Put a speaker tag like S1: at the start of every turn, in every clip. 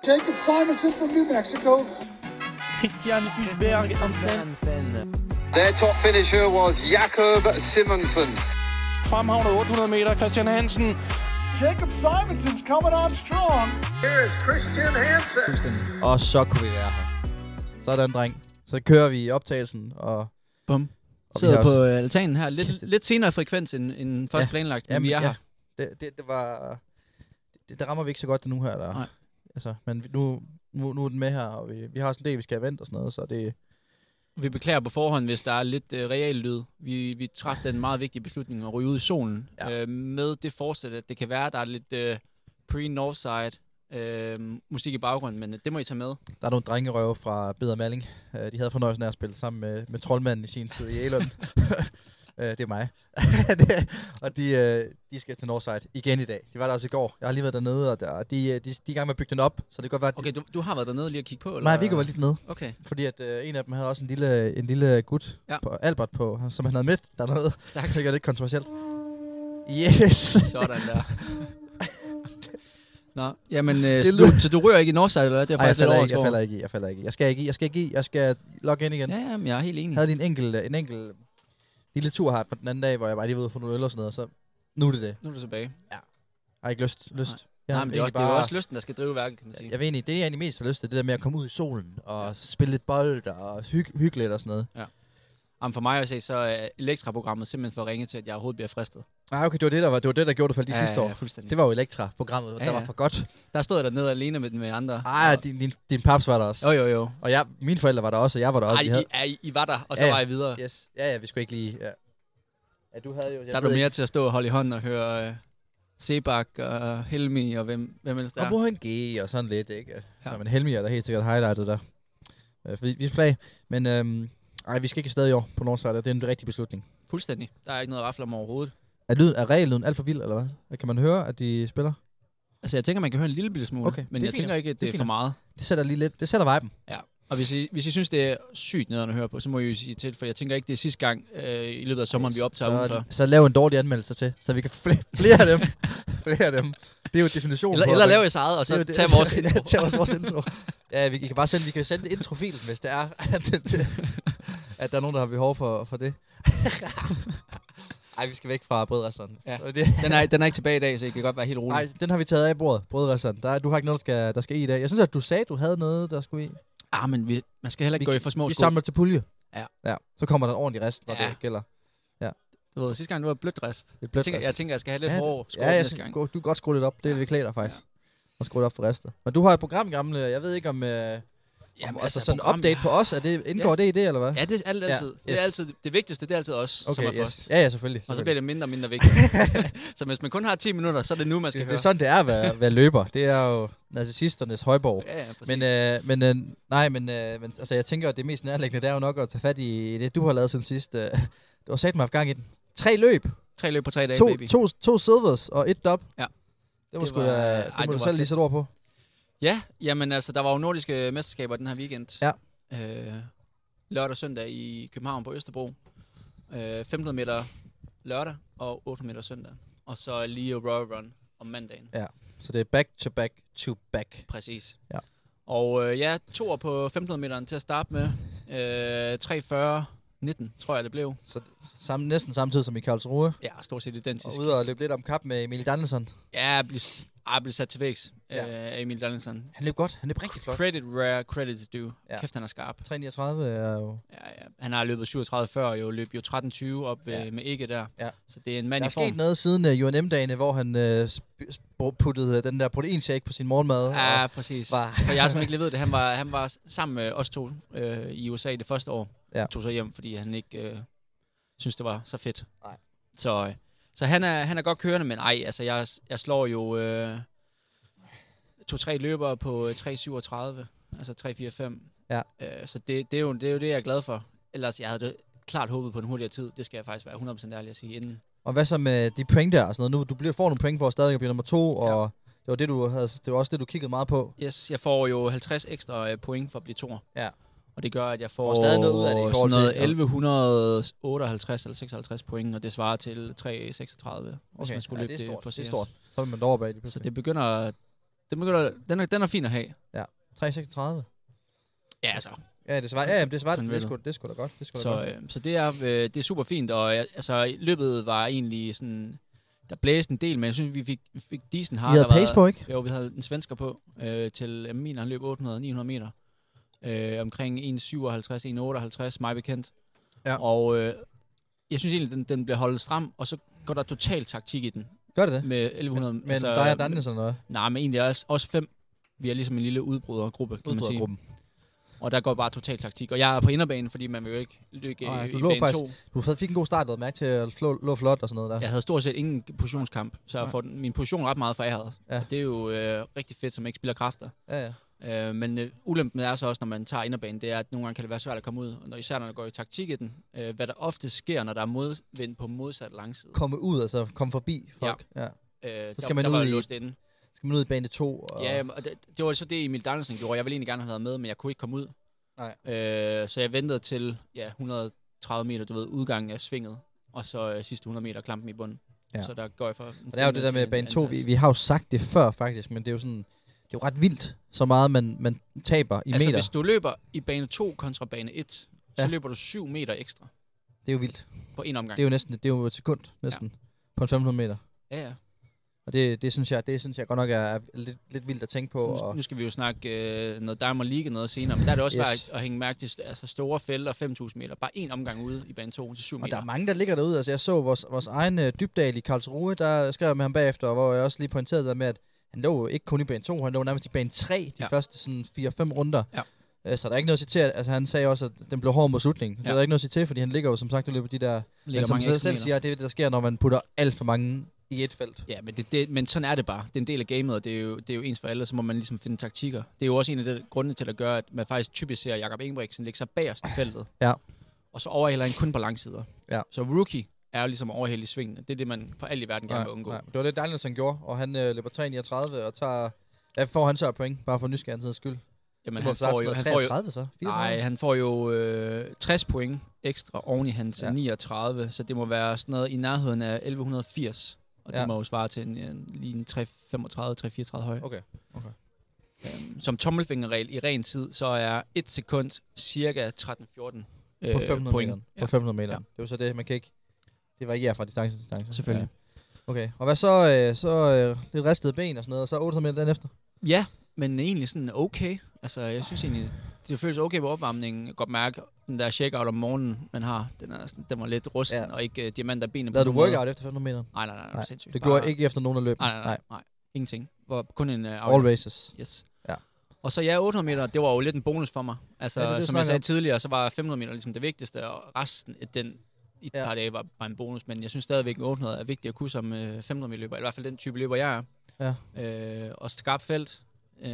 S1: Jacob Simonson from New Mexico.
S2: Christian Hulberg Hansen.
S3: Their top finisher was Jakob Simonsen.
S2: Fremhavnet 800 meter, Christian Hansen.
S1: Jacob Simonson's coming on strong.
S3: Here is Christian Hansen.
S4: Og så kunne vi være her. Sådan, dreng. Så kører vi optagelsen, og...
S5: Bum. Sidder på altanen her. Lidt senere frekvens end først planlagt, men vi er her.
S4: Det var... Det rammer vi ikke så godt nu her, der.
S5: Nej.
S4: Altså, men nu er den med her, og vi har sådan en del, vi skal have vendt og sådan noget, så det...
S5: Vi beklager på forhånd, hvis der er lidt real lyd. Vi træffede en meget vigtig beslutning at ryge ud i solen. Ja. Med det forsæt, at det kan være, at der er lidt pre-Northside musik i baggrunden, men det må I tage med. Der
S4: er nogle drengerøve fra Beder Malling. De havde fornøjelsen af at spille sammen med troldmanden i sin tid i Ælund. Det er mig. Og de skal til Northside igen i dag. De var der også i går. Jeg har lige været dernede, og de er i gang med at bygge den op, så det kan godt være...
S5: Okay, du har været dernede lige at kigge på, eller?
S4: Nej, vi går lidt ned.
S5: Okay.
S4: Fordi at en af dem havde også en lille gut, på Albert på, som han havde med dernede.
S5: Stærkt.
S4: Det er lidt kontroversielt. Yes!
S5: Sådan der. Nå, jamen, så du rører ikke i Northside, eller hvad? Det er faktisk
S4: jeg falder ikke. Jeg skal logge ind igen.
S5: Ja, jamen, jeg er helt enig.
S4: Jeg havde en enkelt lille tur her på den anden dag, hvor jeg bare lige var ude for nogle øl og sådan noget, så nu er det.
S5: Nu er du tilbage.
S4: Ja. Jeg har ikke lyst.
S5: Nej, men det er jo også lysten, der skal drive værket, kan man sige.
S4: Jeg ved egentlig, det er egentlig mest har lyst til, det der med at komme ud i solen og spille lidt bold og hygge lidt og sådan noget.
S5: Ja. Jamen for mig at se, så er Elektra-programmet simpelthen for ringe til, at jeg overhovedet bliver fristet.
S4: Okay, det var det, der gjorde det for de sidste år.
S5: Ja, fuldstændig.
S4: Det var jo Elektra-programmet, der var for godt.
S5: Der stod jeg dernede alene med andre.
S4: Din paps var der også.
S5: Jo.
S4: Og mine forældre var der også, og jeg var der også.
S5: I var der, og så var I videre.
S4: Yes. Ja, vi skulle ikke lige... Ja, du havde jo...
S5: Der er du mere til at stå og holde i hånden og høre Sebak og Helmi og hvem ellers der.
S4: Og Mohen G og sådan lidt, ikke? Så, men Helmi er der helt sikkert highlightet der. Vi er flag, men... vi skal ikke afsted i år på Northside. Det er en rigtig beslutning.
S5: Fuldstændig. Der er ikke noget at rafle om overhovedet.
S4: Er regellyden alt for vild, eller hvad? Kan man høre, at de spiller?
S5: Altså, jeg tænker, man kan høre en lille bitte smule, okay, men jeg tænker ikke, at det er for meget.
S4: Det sætter lige lidt. Det sætter viben.
S5: Ja. Og hvis I synes, det er sygt nederen at høre på, så må I jo sige til, for jeg tænker ikke, det er sidste gang i løbet af sommeren, vi optager udenfor.
S4: Så lav en dårlig anmeldelse til, så vi kan flere af dem. Flere af dem. Det er jo definitionen.
S5: Eller lave jeres eget, og så tage vores intro.
S4: Tag vores intro. Ja, vi kan bare sende introfilen, hvis det er, at der er nogen, der har behov for det. Ej, vi skal væk fra brødrestauranten. Ja.
S5: Den er ikke tilbage i dag, så I kan godt være helt rolig.
S4: Nej, den har vi taget af bordet, brødrestauranten. Du har ikke noget, der skal i dag. Jeg synes, at du sagde, du havde noget, der skulle i.
S5: Men man skal heller ikke gå i for små sko.
S4: Vi samler til pulje.
S5: Ja.
S4: Så kommer der en ordentlig rest, når det gælder. Ja.
S5: Du ved, sidste gang, det var blødt rest. Jeg tænker, jeg skal have lidt hård sko næste gang.
S4: Du kan godt skrue lidt op. Det vil klæde dig faktisk. Og skrue op for restet. Men du har et program, gamle. Jeg ved ikke om... altså sådan en update på os, indgår det i det, eller hvad?
S5: Ja, det er altid. Det er altid det vigtigste, det er altid os, som er først.
S4: Ja, selvfølgelig.
S5: Og så bliver det mindre og mindre vigtigt. Så hvis man kun har 10 minutter, så er det nu, man skal høre.
S4: Det er sådan, det er at være løber. Det er jo narcissisternes højborg.
S5: Ja, præcis.
S4: Men altså, jeg tænker, at det mest nærliggende, det er jo nok at tage fat i det, du har lavet siden sidst. Du har sat mig gang i den. 3 løb.
S5: 3 løb på 3 dage, baby.
S4: 2 silvers og 1 dub.
S5: Ja.
S4: Det må du selv lige sætte ord på.
S5: Ja, jamen altså, der var jo nordiske mesterskaber den her weekend.
S4: Ja.
S5: Lørdag og søndag i København på Østerbro. 1500 meter lørdag og 800 meter søndag. Og så lige Royal Run om mandagen.
S4: Ja, så det er back to back to back.
S5: Præcis.
S4: Ja.
S5: Og toer på 1500 meteren til at starte med. 3:40.19, tror jeg det blev.
S4: Så næsten samtidig som i Karlsruhe.
S5: Ja, stort set identisk.
S4: Og ude og løbe lidt om kap med Emil Danielsson.
S5: Ja, blev sat til vægs af Emil Danielsson.
S4: Han løb godt. Han løb rigtig flot.
S5: Credit where credit is due. Ja. Kæft, han er skarp.
S4: 3:39 er jo...
S5: Ja. Han har løbet 37 før, løb jo 13:20 op med ikke der. Ja. Så det er en mand i form.
S4: Der er sket noget siden UNM-dagene, hvor han puttede den der proteinshake på sin morgenmad.
S5: Ja, præcis. For jeg som ikke lige ved det, han var sammen med os to i USA det første år. Ja. Tog så hjem, fordi han ikke synes det var så fedt.
S4: Nej.
S5: Så han er godt kørende, men altså jeg slår jo 2-3 løbere på 3:37, altså 3:45.
S4: Ja.
S5: Så det er jo det, jeg er glad for. Ellers jeg havde klart håbet på en hurtigere tid. Det skal jeg faktisk være 100% ærlig at sige inden.
S4: Og hvad så med de point der og sådan noget? Nu du får nogle point for at stadig blive nummer 2, og det var også det du kiggede meget på.
S5: Yes, jeg får jo 50 ekstra point for at blive 2'er.
S4: Ja.
S5: Og det gør, at jeg får
S4: stadig noget ud af det i forhold til
S5: 1158 eller 56 point, og det svarer til 3:36, hvis man skulle løbe det på CS.
S4: Det er stort. Så vil man derovre bag.
S5: Så det begynder Den er fin at have.
S4: Ja, 336.
S5: Ja, altså.
S4: Ja, det svarer det sgu da godt.
S5: Så det er super fint, og altså løbet var egentlig sådan, der blæste en del, men jeg synes, vi fik decent hard.
S4: Vi havde pace på, ikke?
S5: Jo, vi havde en svensker på til min, han løb 800-900 meter. Omkring 1,57-1,58, mig bekendt. Ja. Og jeg synes egentlig, den bliver holdt stram, og så går der total taktik i den.
S4: Gør det?
S5: Med 1100.
S4: Men altså, der er Daniel sådan noget?
S5: Nej, men egentlig også 5. Vi er ligesom en lille udbrydergruppe, kan man sige. Og der går bare total taktik. Og jeg er på inderbanen, fordi man vil jo ikke lykke i bane 2.
S4: Du fik en god start, og mærke til at lå flot og sådan noget der.
S5: Jeg havde stort set ingen positionskamp, så jeg får min position ret meget foræret. Ja. Og det er jo rigtig fedt, som ikke spiller kræfter. Ja. Men ulempen er så også, når man tager inderbanen, det er, at nogle gange kan det være svært at komme ud. Og især når der går i taktik i den. Hvad der ofte sker, når der er modvind på modsat langside.
S4: Komme ud, altså komme forbi folk. Ja.
S5: Så skal man ud i...
S4: Skal man ud i bane 2? Og...
S5: Ja, og det var så det, Emil Danielsen gjorde. Jeg ville egentlig gerne have været med, men jeg kunne ikke komme ud. Nej. Så jeg ventede til 130 meter, du ved, udgangen af svinget. Og så sidste 100 meter klampen i bunden. Ja. Så der går jeg for... Og
S4: det er jo det der med bane 2. Vi har jo sagt det før, faktisk, men det er jo sådan... Det er jo ret vildt, så meget man taber i meter.
S5: Hvis du løber i bane 2 kontra bane 1, så løber du 7 meter ekstra.
S4: Det er jo vildt.
S5: På en omgang.
S4: Det er jo et sekund næsten. På en 500 meter.
S5: Ja.
S4: Og det synes jeg godt nok er lidt vildt at tænke på.
S5: Nu skal vi jo snakke noget Diamond League noget senere, men der er det også værd at hænge mærke til altså store felter, 5.000 meter. Bare en omgang ude i bane 2 til 7 meter.
S4: Og der er mange, der ligger derude. Altså jeg så vores egen Dybdahl i Karlsruhe, der skrev med ham bagefter, hvor jeg også lige pointerede der med, at han lå ikke kun i bane 2, han lå nærmest i bane 3 de første sådan 4-5 runder. Ja. Så der er ikke noget at sige til, altså han sagde også, at den blev hård mod slutningen. Ja. Så der er ikke noget at sige til, fordi han ligger jo som sagt i løbet af de der... Men som selv siger, det er det, der sker, når man putter alt for mange i et felt.
S5: Ja, men sådan er det bare. Det er en del af gamet, og det er jo ens for alle, så må man ligesom finde taktikker. Det er jo også en af de grunde til at gøre, at man faktisk typisk ser Jakob Ingebrigtsen lægge sig bagerst i feltet. Ja. Og så overhælder han kun på langsider. Ja. Så rookie er jo ligesom overhældt i svingene. Det er det, man for alt i verden gerne vil undgå. Det
S4: var det, Danielsen gjorde, og han løber 3.39 og tager... Ja, får han så et point, bare for nysgerrighedens skyld.
S5: Jamen, han får jo...
S4: 33 så? 34?
S5: Nej, han får jo 60 point ekstra oven i hans 39, så det må være sådan noget i nærheden af 1180. Og det må jo svare til lige en 335-334 høj. Okay. Som tommelfingerregel i ren tid, så er 1 sekund cirka 13-14
S4: på 500
S5: point.
S4: Meter. På 500 meter. Ja. Det er jo så det, man kan ikke... Det varierer fra distance til distance.
S5: Selvfølgelig.
S4: Ja. Okay, og hvad så lidt ristede ben og sådan noget, og så 800 meter den efter?
S5: Ja, men egentlig sådan okay. Altså, jeg synes egentlig, det føles okay på opvarmningen. Jeg kan godt mærke, den der shakeout om morgenen, man har, den var lidt rusten, og ikke diamanter benene.
S4: Lavede du workout efter 500 meter?
S5: Nej, sindssygt.
S4: Det gjorde ikke efter nogen af løbene?
S5: Nej, ingenting. Det var kun en
S4: all races?
S5: Yes. Ja. Og så 800 meter, det var jo lidt en bonus for mig. Altså, som jeg sagde tidligere, så var 500 meter ligesom det vigtigste, og resten af den i et par dage var en bonus. Men jeg synes stadigvæk, at 800 er vigtigt at kunne som 500 meter løber. I hvert fald den type løber, jeg er. Ja. Og skarpt felt.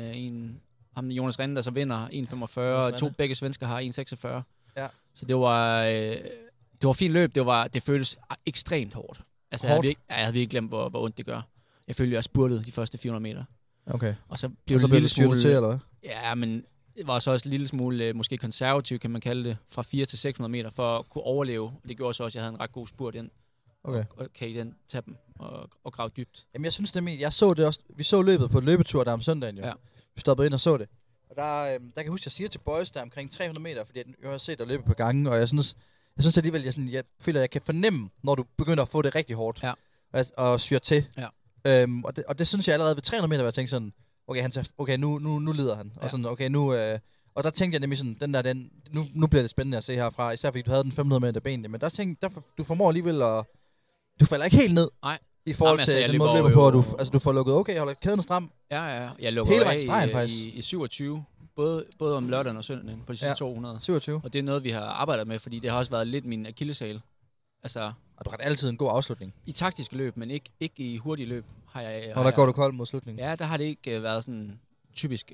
S5: Ham Jonas Rinde, der så vinder 1,45. Begge svensker har 1,46. Ja. Så det var fint løb. Det føltes ekstremt hårdt. Altså, jeg havde virkelig glemt, hvor ondt det gør. Jeg følte, jeg spurtede de første 400 meter.
S4: Okay.
S5: Og så blev det en
S4: lille smule til, eller hvad?
S5: Ja, men det var så også en lille smule måske konservativ, kan man kalde det, fra 400 til 600 meter for at kunne overleve. Det gjorde så også, at jeg havde en ret god spurt ind. Okay. Og kan i den tage dem og grave dybt.
S4: Jamen jeg synes nemlig, jeg så det også. Vi så løbet på løbetur der om søndagen jo. Ja. Vi stoppede ind og så det. Og der kan jeg huske, jeg siger til boys der omkring 300 meter, fordi jeg har set dig løbe på gangen, og jeg synes alligevel, jeg føler, at jeg kan fornemme, når du begynder at få det rigtig hårdt. Ja. Og syre til. Ja. Og det synes jeg allerede ved 300 meter, hvor jeg tænkte sådan, okay, nu lider han. Ja. Og sådan, okay, nu... og der tænkte jeg nemlig sådan, nu bliver det spændende at se herfra, især fordi du havde den 500 meter benene, men der tænkte jeg, du formår alligevel at... Du falder ikke helt ned. Nej. I forhold til den måde, du løber på, at du får lukket okay, holder kæden stram.
S5: Ja. Jeg lukker i 27, både om lørdagen og søndagen på de sidste 200.
S4: 27.
S5: Og det er noget, vi har arbejdet med, fordi det har også været lidt min akilleshæl. Altså,
S4: og du har altid en god afslutning.
S5: I taktiske løb, men ikke i hurtige løb.
S4: Og der går du kold mod slutningen.
S5: Ja, der har det ikke været sådan typisk.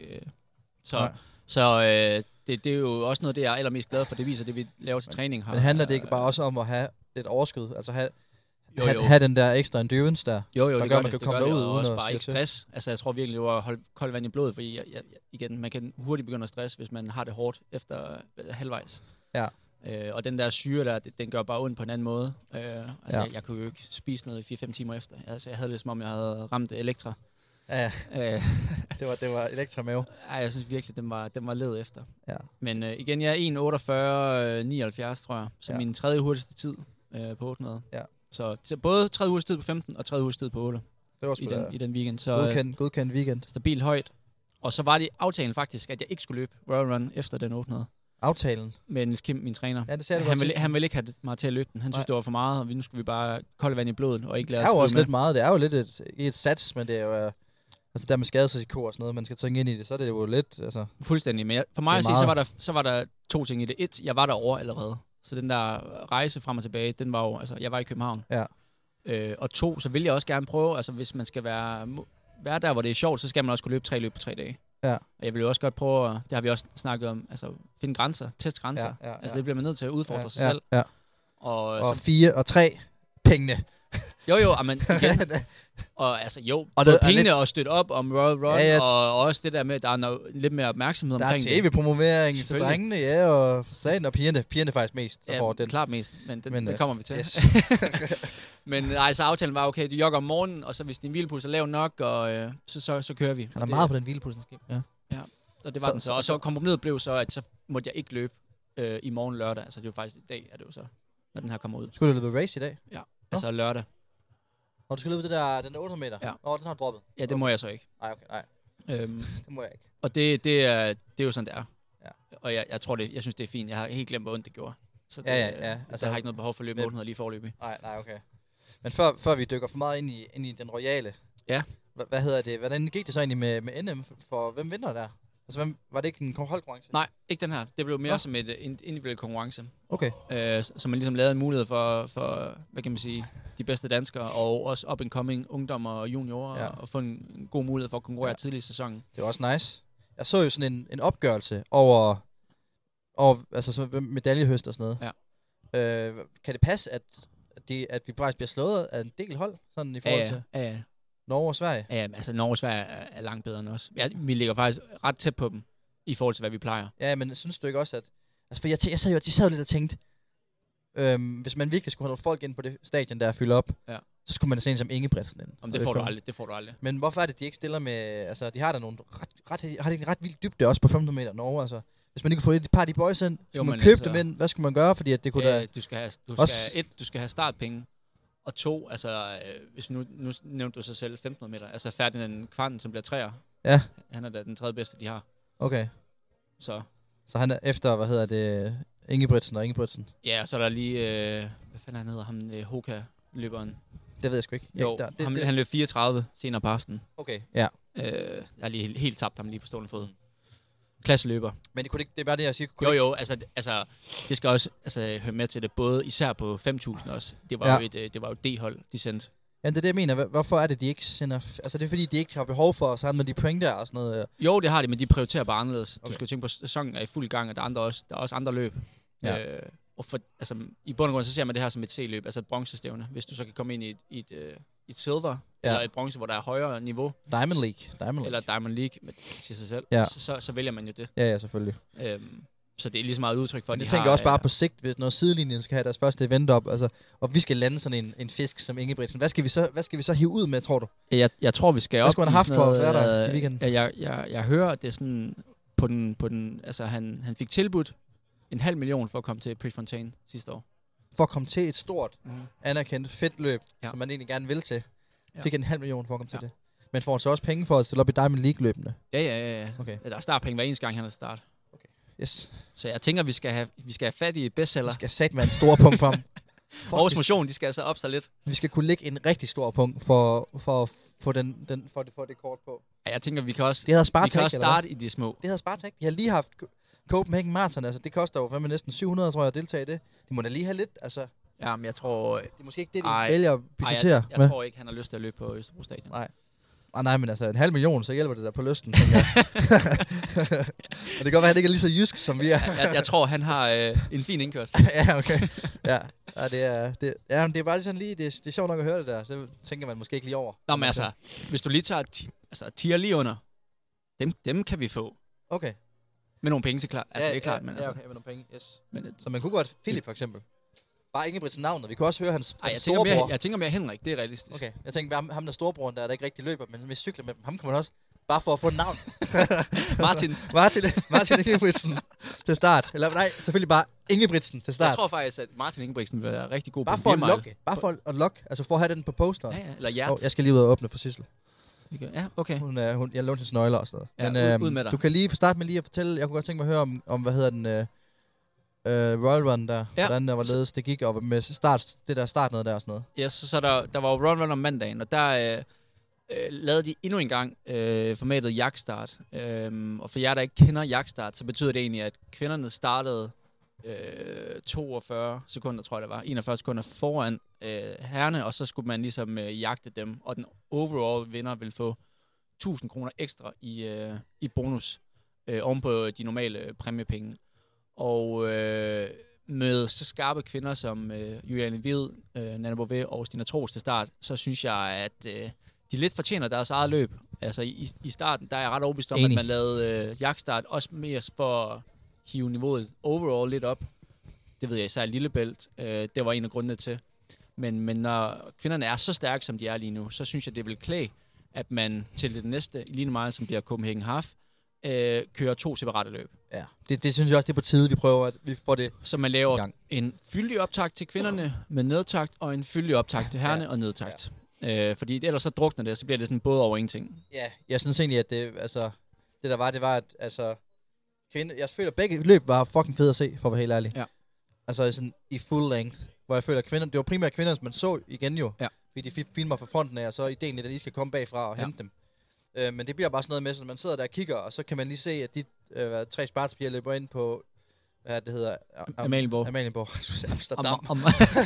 S5: Det er jo også noget, det jeg er allermest glad for. Det viser det, vi laver til træning.
S4: Men handler det ikke bare også om at have lidt overskud? Altså have den der ekstra endurance der?
S5: Jo,
S4: der
S5: det
S4: gør,
S5: man
S4: kan
S5: det
S4: komme
S5: gør
S4: derud
S5: det, og også bare ikke stress. Altså, jeg tror virkelig, det var at holde koldt vand i blodet, fordi igen, man kan hurtigt begynde at stress, hvis man har det hårdt efter halvvejs. Ja. Og den der syre der, den gør bare ondt på en anden måde. Jeg kunne jo ikke spise noget i 4-5 timer efter. Altså, jeg havde det, som om jeg havde ramt Elektra.
S4: Ja. Det det var Elektra Mave.
S5: Ej, jeg synes virkelig, den var led efter.
S4: Ja.
S5: Men igen, jeg er 1.48,79, tror jeg. Så min tredje hurtigste tid på 800.
S4: Ja.
S5: Så både tredje hurtigste tid på 15 og tredje hurtigste tid på 8
S4: Det var sgu
S5: i den weekend. Så
S4: godkendt weekend.
S5: Stabilt højt. Og så var det aftalen faktisk, at jeg ikke skulle løbe Royal Run efter den 800.
S4: Aftalen?
S5: Med Niels Kim, min træner.
S4: Ja, det sagde
S5: han ville ikke have mig til at løbe den. Han synes, det var for meget, og nu skulle vi bare kolde vand i blodet og ikke lade os
S4: Det er jo også
S5: med.
S4: lidt meget. Det er jo lidt et sats, men det er jo... Altså der med skadesrisiko og sådan noget, man skal tænke ind i det, så er det jo lidt... Altså,
S5: fuldstændig, men for mig at sige, så var der to ting i det. Et, jeg var derovre allerede. Så den der rejse frem og tilbage, den var jo... Altså, jeg var i København.
S4: Ja.
S5: Og to, så vil jeg også gerne prøve, altså hvis man skal være der, hvor det er sjovt, så skal man også kunne løbe 3 løb på 3 dage.
S4: Ja.
S5: Og jeg vil jo også godt prøve, det har vi også snakket om, altså finde grænser, teste grænser.
S4: Ja.
S5: Altså det bliver man nødt til at udfordre sig selv.
S4: Ja.
S5: Og
S4: 4 og 3, pengene.
S5: Jo, men igen. Og altså jo,
S4: og
S5: både pengene lidt... og støtte op om Royal Run, og også det der med, at der er lidt mere opmærksomhed omkring det.
S4: Der er tv-promovering til drengene, og sagen og pigerne. Pigerne faktisk mest.
S5: Ja, den. Klart mest, men den kommer vi til.
S4: Yes.
S5: Men så aftalen var, okay, du jogger om morgenen, og så hvis din hvilepuls er lav nok, og så kører vi.
S4: Han er meget på den hvilepuls, måske.
S5: Ja, og det var den så. Og så kompromiset blev så, at så måtte jeg ikke løbe i morgen lørdag. Altså det var faktisk i dag, er det jo så, når den her kommer ud.
S4: Skulle du løbe race i dag?
S5: Ja, altså lørdag.
S4: Og du skal løbe den der 800 meter?
S5: Ja.
S4: Den har droppet?
S5: Ja, det må jeg så ikke.
S4: Nej. Det må jeg ikke.
S5: Og det er jo sådan, det er.
S4: Ja.
S5: Og jeg synes, det er fint. Jeg har helt glemt, hvor ondt det gjorde. Så det,
S4: ja.
S5: Altså, jeg har ikke noget behov for at løbe 800 lige forløbig.
S4: Nej, okay. Men før vi dykker for meget ind i den royale.
S5: Ja.
S4: Hvad hedder det? Hvordan gik det så egentlig med NM? For hvem vinder der? Altså, var det ikke en holdkonkurrence?
S5: Nej, ikke den her. Det blev mere som et individuel konkurrence.
S4: Okay.
S5: Så man ligesom lavede en mulighed for, hvad kan man sige, de bedste danskere, og også up-and-coming ungdommer og juniorer, og få en god mulighed for at konkurrere tidlig i sæsonen.
S4: Det var også nice. Jeg så jo sådan en opgørelse over altså så medaljehøst og sådan noget.
S5: Ja.
S4: Kan det passe, at vi faktisk bliver slået af en del hold, sådan i forhold til Norge og Sverige?
S5: Ja, altså Norge og Sverige er langt bedre end os. Ja, vi ligger faktisk ret tæt på dem, i forhold til, hvad vi plejer.
S4: Ja, men synes du ikke også, at... Altså, for jeg sad jo lidt og tænkte, hvis man virkelig skulle have nogle folk ind på det stadion, der fylder op, så skulle man se en som Ingebrigtsen ind.
S5: Jamen, det får du aldrig.
S4: Men hvorfor er det, de ikke stiller med... Altså, de har da nogle har de en ret vild dybde også på 500 meter Norge, altså. Hvis man ikke kunne få et par af de boys ind, skulle man købe dem ind. Hvad skulle man gøre? Fordi at det kunne da...
S5: Du skal have startpenge. Og 2, altså, hvis nu nævnte du sig selv 1500 meter, altså Ferdinand Kvarn, som bliver 3'er.
S4: Ja.
S5: Han er da den tredje bedste, de har.
S4: Okay.
S5: Så
S4: han er efter, Ingebrigtsen? Ja,
S5: og så er der lige, hvad fanden han hedder, ham Hoka-løberen.
S4: Det ved jeg sgu ikke.
S5: Jo, han løb 34 senere på aftenen.
S4: Okay, ja.
S5: Jeg har lige helt tabt ham lige på stående fod. Klasseløber.
S4: Men det er bare det, jeg siger.
S5: Jo, altså, det skal også høre med til det, både især på 5.000 også. Det var jo D-hold, de sendte.
S4: Ja, det er det, jeg mener. Hvorfor er det, de ikke sender... Altså, det er fordi, de ikke har behov for os, med de point der og sådan noget.
S5: Jo, det har de, men de prioriterer bare anderledes. Okay. Du skal jo tænke på, at sæsonen er i fuld gang, og der er også andre løb. Ja. Og i bund og grund, så ser man det her som et C-løb, altså et bronzestævne. Hvis du så kan komme ind i et silver, eller et bronze, hvor der er højere niveau.
S4: Diamond League.
S5: Eller Diamond League, til sig selv.
S4: Ja.
S5: Så vælger man jo det.
S4: Ja, selvfølgelig.
S5: Så det er lige så meget udtryk for, at
S4: jeg tænker også bare på sigt, hvis når sidelinjen skal have deres første event op, altså, og vi skal lande sådan en fisk som Ingebrigtsen. Hvad skal vi så hive ud med, tror du?
S5: Jeg tror, vi skal op.
S4: Hvad skulle han have haft for færdig i weekenden?
S5: Jeg hører, at det er sådan på den altså han fik tilbudt 500.000 for at komme til Prefontaine sidste år.
S4: For at komme til et stort, anerkendt, fedt løb, som man egentlig gerne vil til. Fik 500.000 for at komme til det. Men får han så også penge for at stille op i Diamond League-løbene?
S5: Ja.
S4: Okay.
S5: Der er startpenge hver eneste gang, han er start.
S4: Okay. Yes.
S5: Så jeg tænker, vi skal have fat i bestseller.
S4: Vi skal sætte med en stor punkt for ham.
S5: Vores motion, de skal altså op sig lidt.
S4: Vi skal kunne lægge en rigtig stor punkt for at få det kort på.
S5: Ja, jeg tænker, vi kan også starte i de små.
S4: Det hedder Spartak. De har lige haft Copenhagen Marathon, altså det koster jo næsten 700, tror jeg, at deltage i det. De må da lige have lidt, altså...
S5: Ja, men jeg tror...
S4: Det er måske ikke det, de vælger at budgettere.
S5: Jeg tror ikke, han har lyst til at løbe på Østerbro Stadion.
S4: Nej, men altså 500.000, så hjælper det der på lysten, tænker jeg. Og det kan godt være, at han ikke er lige så jysk, som vi er.
S5: Jeg tror, han har en fin indkørsel.
S4: Ja, okay. Ja, det er bare sådan lige... Det er sjovt nok at høre det der, så tænker man måske ikke lige over.
S5: Nå, men altså, hvis du lige tager tier lige under, dem kan vi få.
S4: Okay.
S5: Med nogle penge til klart. Altså, det er klart, men altså...
S4: okay, med nogle penge, yes. Så man kunne godt... Philip, for eksempel. Bare Ingebrigtsen navnet. Vi kunne også høre hans storebror.
S5: Jeg tænker mere Henrik, det er realistisk.
S4: Okay, jeg tænker ham der storebroren, der ikke rigtig løber, men med cykler med dem. Ham kan man også... Bare for at få et navn.
S5: Martin.
S4: Ingebrigtsen til start. Eller nej, selvfølgelig bare Ingebrigtsen til start.
S5: Jeg tror faktisk, at Martin Ingebrigtsen vil være rigtig god
S4: bare
S5: på
S4: for at
S5: Birmile.
S4: lokke. Bare for at lokke. Altså for at have den på posteren.
S5: Ja, eller Hjerts.
S4: Jeg skal lige ud og åbne for Sissel.
S5: Ja, okay.
S4: Jeg lånte hendes nøgler og sådan noget.
S5: Ja,
S4: Men
S5: ud med dig.
S4: du kan lige starte med lige at fortælle, jeg kunne godt tænke mig at høre om hvad hedder den, Royal Run der.
S5: Ja.
S4: Hvordan der var ledes, det gik, og med det der start noget der og sådan noget.
S5: Ja, så der var jo run om mandagen, og der lavede de endnu en gang formatet jagtstart. Og for jer, der ikke kender jagtstart, så betyder det egentlig, at kvinderne startede 42 sekunder, tror jeg det var, 41 sekunder foran herrerne, og så skulle man ligesom jagte dem, og den overall vinder vil få 1.000 kroner ekstra i bonus ovenpå de normale præmiepenge. Og med så skarpe kvinder som Juliane Hvid, Nanna Bouvet og Stina Troels til start, så synes jeg, at de lidt fortjener deres eget løb. Altså i starten, der er jeg ret overbevist om, at man lavede jagtstart også mere for at hive niveauet overall lidt op. Det ved jeg især Lillebælt. Det var en af grundene til. Men når kvinderne er så stærke, som de er lige nu, så synes jeg, det vil klæde, at man til det næste Elite Mile, som bliver Copenhagen Half, kører 2 separate løb.
S4: Ja, det synes jeg også, det er på tide, vi prøver, at vi får det.
S5: Så man laver en fyldig optakt til kvinderne med nedtakt, og en fyldig optakt til herrerne og nedtakt. Ja. Fordi ellers så drukner det, så bliver det sådan både over ingenting.
S4: Ja, jeg synes egentlig, at det var, at altså, jeg føler, at begge løb var fucking fede at se, for at være helt ærlig.
S5: Ja.
S4: Altså sådan i full length, hvor jeg føler, at det var primært kvinder, som man så igen jo.
S5: Ja.
S4: Fordi de filmer fra fronten af, og så ideen, at de skal komme bagfra og hente dem. Men det bliver bare sådan noget med, at man sidder der og kigger, og så kan man lige se, at de 3 spartspiger løber ind på, hvad det hedder?
S5: Amalienborg.
S4: Amsterdam.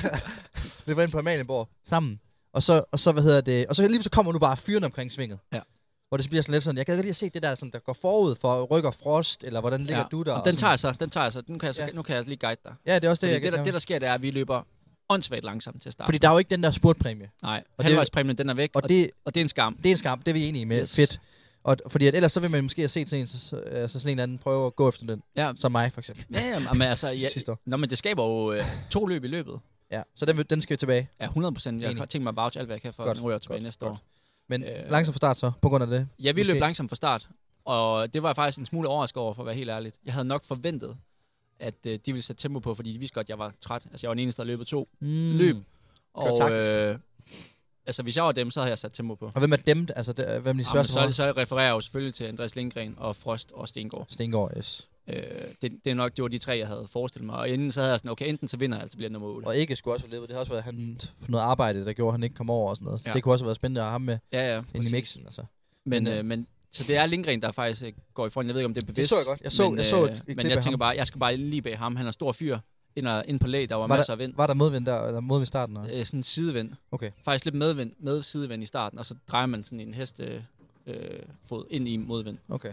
S4: Løber ind på Amalienborg sammen. Og så hvad hedder det? Og så lige så kommer du bare fyrene omkring svinget.
S5: Ja.
S4: Hvor det bliver sådan lidt sådan, jeg kan godt lige se det der, sådan, der går forud for rykker Frost, eller hvordan ligger du der?
S5: Den tager jeg så. Nu kan jeg lige guide dig.
S4: Ja, det er også det,
S5: det der sker, det er, at vi løber åndssvagt langsomt til at starte.
S4: Fordi der er jo ikke den der spurtpræmie.
S5: Nej, halvvejspræmien, den er væk, og det er en skam.
S4: Det er en skam, det er vi enige med. Yes. Fedt. Og fordi at ellers så vil man måske have set sådan en anden prøve at gå efter den. Ja. Som mig, for eksempel.
S5: Ja, men altså... men det skaber jo 2 løb i løbet.
S4: Ja, så den skal vi tilbage.
S5: Ja, 100%. Jeg har tænkt mig bare alt, hvad jeg kan for den ryger tilbage næste år.
S4: Men langsomt fra start så, på grund af det?
S5: Ja, vi løb langsomt fra start. Og det var jeg faktisk en smule overrasket over, for at være helt ærligt. Jeg havde nok forventet, at de ville sætte tempo på, fordi de vidste godt, at jeg var træt. Altså, jeg var den eneste, der løbet 2 løb. Og altså, hvis jeg var dem, så havde jeg sat tempo på.
S4: Og hvem er dem? Altså, hvem de sværeste?
S5: Så refererer jeg jo selvfølgelig til Andreas Lindgren og Frost og Stengård.
S4: Stengård, yes.
S5: Det var de 3, jeg havde forestillet mig. Og inden så havde jeg sådan, okay, enten så vinder jeg, eller så bliver det nummer 8.
S4: Og ikke skulle også have løbet. Det har også været noget arbejde, der gjorde, at han ikke kom over og sådan noget. Så det kunne også have været spændende at have ham med ind i mixen. Altså.
S5: Men så det er Lindgren, der faktisk går i front. Jeg ved ikke, om det er bevidst.
S4: Det så jeg godt. Jeg så et klip
S5: men jeg tænker bare, jeg skal bare lige bag ham. Han er stor fyr. Ind på læg, der var masser af vind.
S4: Var der modvind der, eller modvind i starten?
S5: Sådan en sidevind.
S4: Okay.
S5: Faktisk lidt med sidevind i starten, og så drejer man sådan en hestefod ind i modvind.
S4: Okay.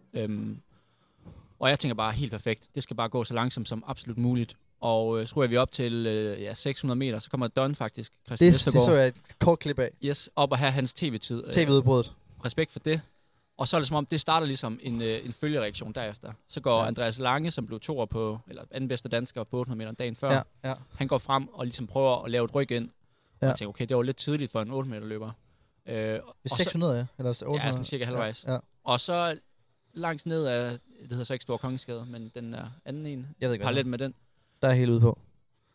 S5: Og jeg tænker bare, helt perfekt. Det skal bare gå så langsomt som absolut muligt. Og skruer vi op til 600 meter, så kommer Don faktisk, Christian Vestergaard.
S4: Det så jeg et kort klip af.
S5: Yes, op og have hans tv-tid.
S4: TV-udbruddet.
S5: Respekt for det. Og så er det som om, det starter ligesom en følgereaktion derefter. Så går Andreas Lange, som blev toer på, eller anden bedste dansker på 800 meter dagen før.
S4: Ja.
S5: Han går frem og ligesom prøver at lave et ryg ind. Og jeg tænker, okay, det var lidt tidligt for en 800 meter løber.
S4: Det er 600, ja? Eller 800?
S5: Ja, sådan cirka halvvejs. Ja. Og så langs ned af, det hedder så ikke Store Kongeskade, men den er anden en.
S4: Jeg ved ikke,
S5: parallelt med den.
S4: Der er helt ude på.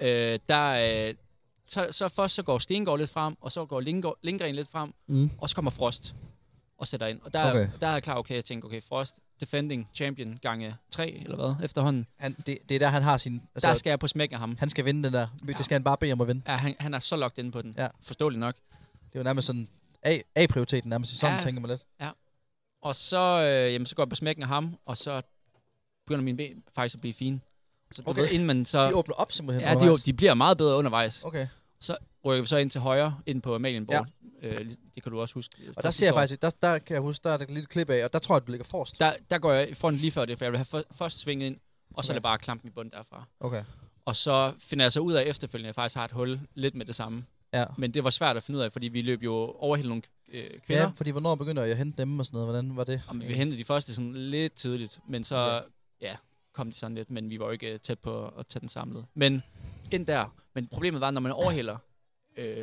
S5: Så først så går Stengård lidt frem, og så går Lindgren lidt frem, og så kommer Frost og sætter ind. Og der er jeg klar, okay, jeg tænker, okay, Frost, defending champion gange 3, eller hvad, efterhånden.
S4: Det er der, han har sin...
S5: Altså, der skal jeg på smæk af ham.
S4: Han skal vinde den der. Det skal han bare bede om at vinde.
S5: Ja, han er så lagt inde på den. Ja. Forståeligt nok.
S4: Det er jo nærmest sådan A-prioriteten, nærmest sådan, tænker man lidt.
S5: Ja. Og så, så går jeg på smækken af ham, og så begynder mine ben faktisk at blive fine. Så du ved, inden man så...
S4: De åbner op simpelthen
S5: undervejs? De bliver meget bedre undervejs.
S4: Okay.
S5: Så rykker vi så ind til højre, ind på Amalienborg. Ja. Det kan du også huske.
S4: Og der ser jeg faktisk, der kan jeg huske, der er et lille klip af, og der tror jeg, du ligger forrest.
S5: Der går jeg i front lige før det, for jeg vil have først svinget ind, og så er det bare klampen i bunden derfra.
S4: Okay.
S5: Og så finder jeg så ud af efterfølgende, at jeg faktisk har et hul lidt med det samme. Ja. Men det var svært at finde ud af, fordi vi løb jo overhælde nogle kvinder.
S4: Ja, fordi hvornår begynder jeg at hente dem og sådan noget? Hvordan var det?
S5: Vi hentede de første sådan lidt tidligt, men så kom de sådan lidt, men vi var jo ikke tæt på at tage den samlet. Men ind der. Men problemet var, når man overhælder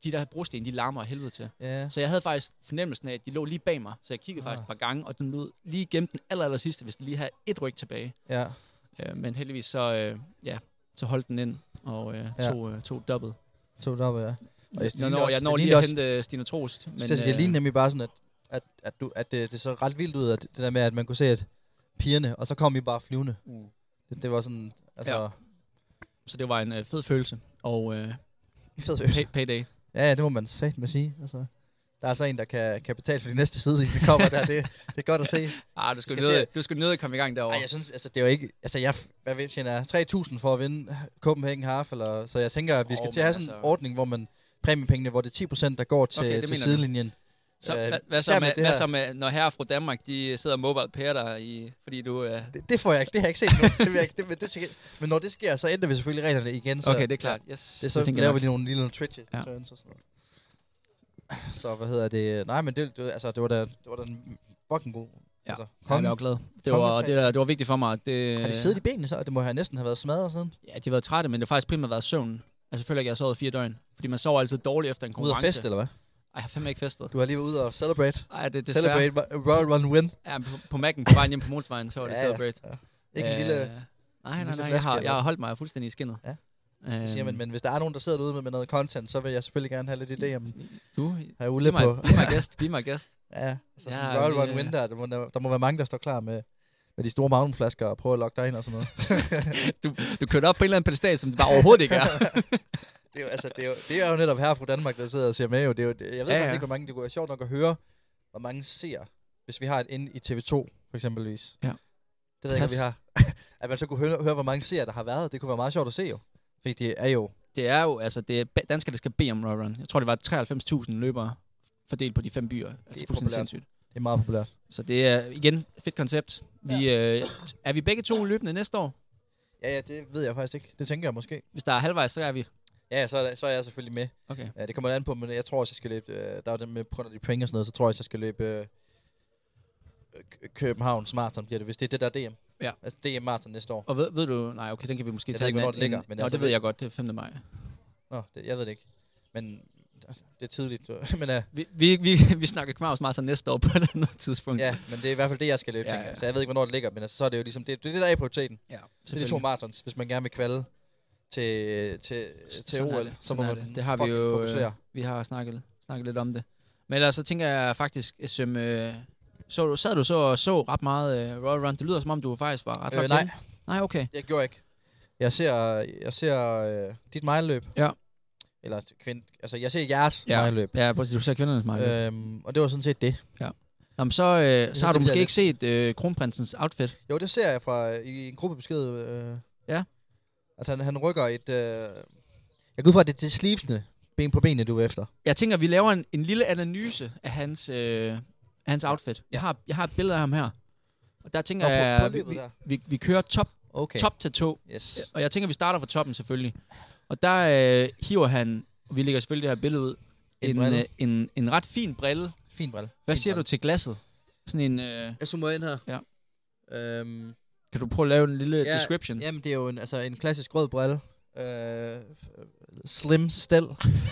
S5: de der brosten, de larmer af helvede til.
S4: Ja.
S5: Så jeg havde faktisk fornemmelsen af, at de lå lige bag mig, så jeg kiggede faktisk et par gange, og den lød lige gennem den aller sidste, hvis den lige havde et ryg tilbage.
S4: Ja.
S5: Men heldigvis så holdt den ind, og tog dobbelt.
S4: Så der ja. Og
S5: Jeg når lige at hente Stine Trost.
S4: Men det ligner nemlig bare sådan, at det så ret vildt ud, at det der med, at man kunne se, at pigerne, og så kom I bare flyvende. Det var sådan, altså...
S5: Ja. Så det var en fed følelse, og payday.
S4: Ja, det må man satme sige. Altså, der er så en, der kan betale for de næste side, det kommer der. Det er godt at se.
S5: Du skulle ned og komme i gang derovre.
S4: Jeg synes, altså, det er jo ikke... Altså, hvad ved jeg, 3.000 for at vinde Copenhagen Half, eller... Så jeg tænker, at vi skal til at have sådan en ordning, hvor man... Præmiepengene, hvor det er 10%, der går til sidelinjen.
S5: Så, hvad så med, når herre fra Danmark, de sidder og mobile pair dig, fordi du...
S4: Det får jeg ikke, det har jeg ikke set nu. Det vil jeg ikke, men når det sker, så ændrer vi selvfølgelig reglerne igen. Så,
S5: okay, det er klart. Yes,
S4: så laver vi lige nogle lille Twitch turns og sådan noget. Så hvad hedder det? Nej, men det var da en fucking god.
S5: Ja,
S4: altså,
S5: jeg er glad. Det var vigtigt for mig.
S4: Har de siddet i benene så? Det må have næsten have været smadret siden.
S5: Ja, de har været trætte, men det har faktisk primært været søvn. Altså selvfølgelig ikke, jeg har sovet 4 døgn. Fordi man sover altid dårligt efter en konkurrence.
S4: Ude at fest, eller hvad?
S5: Ej, jeg har fandme ikke festet.
S4: Du har lige været ude og celebrate.
S5: Ej, det er desværre.
S4: Celebrate Royal Run Win.
S5: Ja, på Mac'en på vejen hjem på motorvejen, så var det celebrate. Ja.
S4: Ikke en lille...
S5: Nej, jeg har holdt mig fuldstændig i skinnet.
S4: Ja. Siger, men hvis der er nogen, der sidder derude med noget content, så vil jeg selvfølgelig gerne have lidt idé om...
S5: Du,
S4: har Ulle på.
S5: Be my guest.
S4: Ja, altså sådan Royal Run Win der må være mange, der står klar med de store magnumflasker og prøver at lokke dig ind og sådan
S5: noget. du kørte op på en eller anden pedestal, som det bare overhovedet ikke er.
S4: Det er jo netop her fra Danmark, der sidder og ser med. Jeg ved faktisk ikke, hvor mange... Det kunne være sjovt nok at høre, hvor mange ser, hvis vi har et inde i TV2, for eksempelvis. Ja. Det ved jeg ikke, vi har. At man så kunne høre, hvor mange ser, der har været. Det kunne være meget sjovt at se jo. Fordi det er jo...
S5: altså, det er danskere, der skal bede om Royal Run. Jeg tror, det var 93.000 løbere fordelt på de 5 byer.
S4: Det er fuldstændig sindssygt. Det er meget populært.
S5: Så det er, igen, fedt koncept. Er vi begge to løbende næste år?
S4: Ja, det ved jeg faktisk ikke. Det tænker jeg måske.
S5: Hvis der er halvvejs, så er vi.
S4: Ja, så er jeg selvfølgelig med.
S5: Okay.
S4: Ja, det kommer an på, men jeg tror også, jeg skal løbe... der er den med på grund af de point og sådan noget, så tror jeg skal løbe Københavns Marathon, bliver det, hvis det er det der DM.
S5: Ja.
S4: Altså DM Marathon næste år.
S5: Og ved du... Nej, okay, den kan vi måske tage.
S4: Jeg ved ikke, hvornår det ligger.
S5: Men det ved jeg godt, det er 5. maj.
S4: Nå, jeg ved det ikke. Men det er tidligt. Men,
S5: vi snakker Københavns Marathon næste år på et andet tidspunkt.
S4: Ja, men det er i hvert fald det, jeg skal løbe, tænker jeg. Så jeg ved ikke, hvornår det ligger, men altså, så er det jo ligesom... Det er det, der er i prioriteten. Ja, det er de 2 marathons, hvis man gerne vil kvalde til OL, så må man
S5: det har vi jo
S4: fokusere.
S5: Vi har snakket lidt om det. Men ellers så tænker jeg faktisk, som sad du så ret meget Royal Run. Det lyder som om du faktisk var ret
S4: nej.
S5: Nej, okay.
S4: Jeg gjorde ikke. Jeg ser dit mejlløb.
S5: Ja.
S4: Eller jeg ser jeres mejlløb.
S5: Ja, præcis. Du ser kvindernes mejlløb.
S4: Og det var sådan set det.
S5: Ja. Jamen, så har du måske ikke set kronprinsens outfit.
S4: Jo, det ser jeg i en gruppebesked.
S5: Ja.
S4: At han rykker et... Jeg går ud fra, at det er slivsende ben på benene, du er efter.
S5: Jeg tænker, vi laver en lille analyse af hans outfit. Jeg har et billede af ham her. Og der tænker jeg, vi kører top til tå.
S4: Yes.
S5: Og jeg tænker, vi starter fra toppen selvfølgelig. Og der hiver han, og vi lægger selvfølgelig det her billede ud, en ret fin brille.
S4: Fin brille.
S5: Hvad siger du til glasset? Sådan en...
S4: Jeg zoomer ind her.
S5: Ja. Kan du prøve at lave en lille description?
S4: Jamen, det er jo en klassisk rød brille. Slim stel.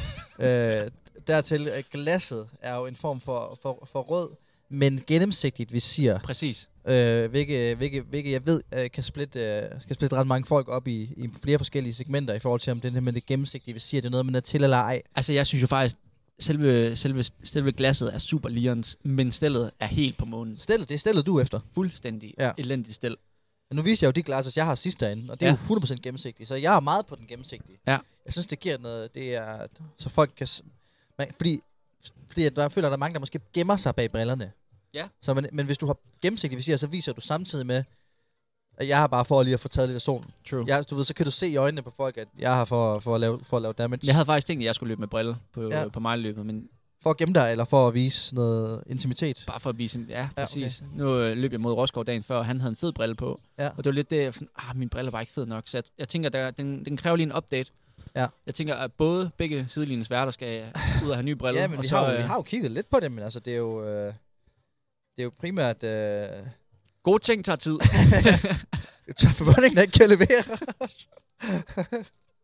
S4: Dertil glasset er jo en form for rød, men gennemsigtigt visir.
S5: Præcis.
S4: Hvilket jeg ved kan splitte ret mange folk op i flere forskellige segmenter i forhold til, om det her med det gennemsigtige visir, det er noget, man er til eller ej.
S5: Altså, jeg synes jo faktisk, selve glasset er super lirens, men stellet er helt på månen.
S4: Det er stellet du efter?
S5: Fuldstændig elendigt stel.
S4: Men nu viser jeg jo de glasser, jeg har sidst derinde, og det er jo 100% gennemsigtigt, så jeg er meget på den gennemsigtige.
S5: Ja.
S4: Jeg synes, det giver noget, det er, så folk kan... Fordi jeg føler, at der er mange, der måske gemmer sig bag brillerne.
S5: Ja.
S4: Men hvis du har gennemsigtigt visir, så viser du samtidig med, at jeg har bare for lige at få taget lidt af solen.
S5: True.
S4: Du ved, så kan du se i øjnene på folk, at jeg har for at lave damage.
S5: Jeg havde faktisk tænkt, at jeg skulle løbe med brille på mejlløbet, men...
S4: For at gemme dig, eller for at vise noget intimitet?
S5: Bare for at vise... Ja, præcis. Okay. Nu løb jeg mod Rosgaard dagen før, og han havde en fed brille på. Ja. Og det var lidt det, min brille var ikke fed nok. Så jeg tænker, at den kræver lige en update. Ja. Jeg tænker, at begge sidelinjens værter skal ud og have nye briller.
S4: Ja, men vi har jo kigget lidt på det, men altså, det er jo primært...
S5: Gode ting tager tid.
S4: Running, der ikke kan levere.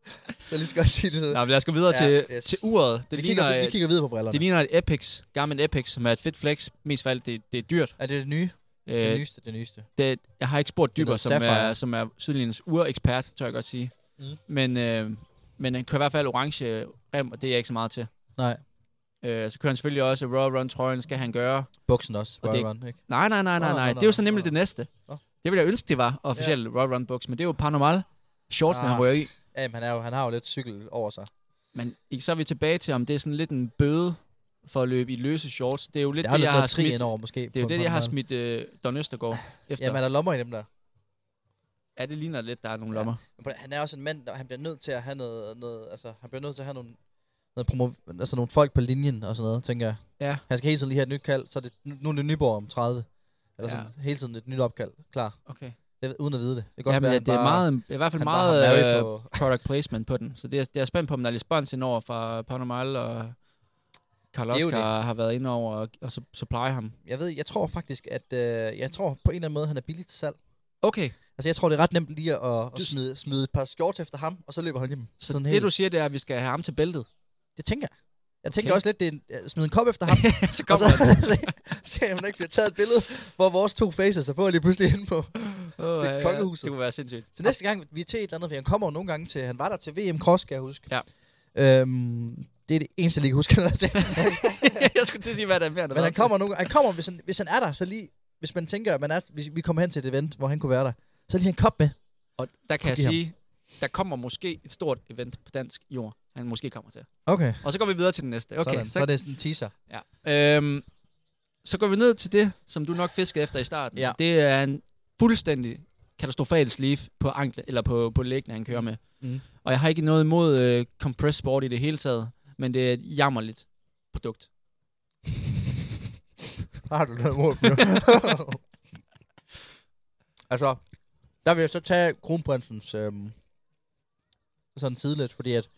S4: Så lige skal også sige det.
S5: Nå, men lad os gå videre til uret.
S4: Vi kigger videre på brillerne.
S5: Det ligner et Epix, Garmin Epix, som er et fedt flex. Mest af alt, det er dyrt.
S4: Er det det nye? Det nyeste.
S5: Jeg har ikke spurgt Dyber, som er Sydlinjens urekspert, tør jeg godt sige. Men han kører i hvert fald orange rem, og det er jeg ikke så meget til.
S4: Nej.
S5: Så kører han selvfølgelig også Royal Run-trøjen, skal han gøre.
S4: Buksen også, Royal Run, ikke?
S5: Nej. Det er jo så nemlig det næste. Det ville jeg ønske, det var officielt Royal Run-buks, men det er jo Paranormal shortsene, han rører i.
S4: Ja, men han har jo lidt cykel over sig.
S5: Men så er vi tilbage til, om det er sådan lidt en bøde for at løbe i løse shorts. Det er jo lidt
S4: det, jeg har smidt. Over, måske,
S5: det er jo det, jeg har smidt Don Østergaard efter.
S4: Jamen, er der lommer i dem der?
S5: Ja, det ligner lidt, der er nogle lommer.
S4: Han er også en mand, og han bliver nødt til at have noget altså, han bliver nødt til at have nogle folk på linjen og sådan noget, tænker jeg.
S5: Ja.
S4: Han skal hele tiden lige have et nyt kald, så er det nu er det Nyborg om 30. Eller sådan hele tiden et nyt opkald, klar.
S5: Okay.
S4: Uden at vide det. Det kan
S5: godt være, det er meget, i hvert fald meget product placement på den. Så det er spændt på, om der er lidt spons indover fra Paranormal, og Karl Oskar har været inde over og supply ham.
S4: Jeg tror faktisk, at jeg tror på en eller anden måde, han er billig til salg.
S5: Okay.
S4: Altså, jeg tror, det er ret nemt lige at smide et par shorts efter ham, og så løber han hjem.
S5: Så det, du siger, det er, at vi skal have ham til bæltet?
S4: Det tænker jeg. Jeg tænker også lidt, det er smide en kop efter ham.
S5: Så kommer han.
S4: Så kan man ikke blive taget et billede, hvor vores to faces er på lige pludselig inde på det kongehuset.
S5: Det kunne være sindssygt.
S4: Så næste gang, vi er til et eller andet, for han kommer jo nogle gange til, han var der til VM Cross, skal jeg huske.
S5: Ja.
S4: Det er det eneste, jeg lige kan huske, han er til.
S5: Jeg skulle til at sige, hvad der er mere.
S4: Men han kommer nogle gange. Han kommer, hvis han er der, så lige, hvis man tænker, hvis vi kommer hen til et event, hvor han kunne være der, så lige en kop med.
S5: Og der kan jeg sige, der kommer måske et stort event på dansk jord, han måske kommer til.
S4: Okay.
S5: Og så går vi videre til den næste. Okay,
S4: så er det sådan en teaser.
S5: Ja. Så går vi ned til det, som du nok fiskede efter i starten. Ja. Det er en fuldstændig katastrofal sleeve på ankle, eller på læggene, han kører med. Og jeg har ikke noget imod compressed sport i det hele taget, men det er et jammerligt produkt.
S4: Har du noget imod det? Altså, der vil jeg så tage Kronprinsens sådan sidelet, fordi at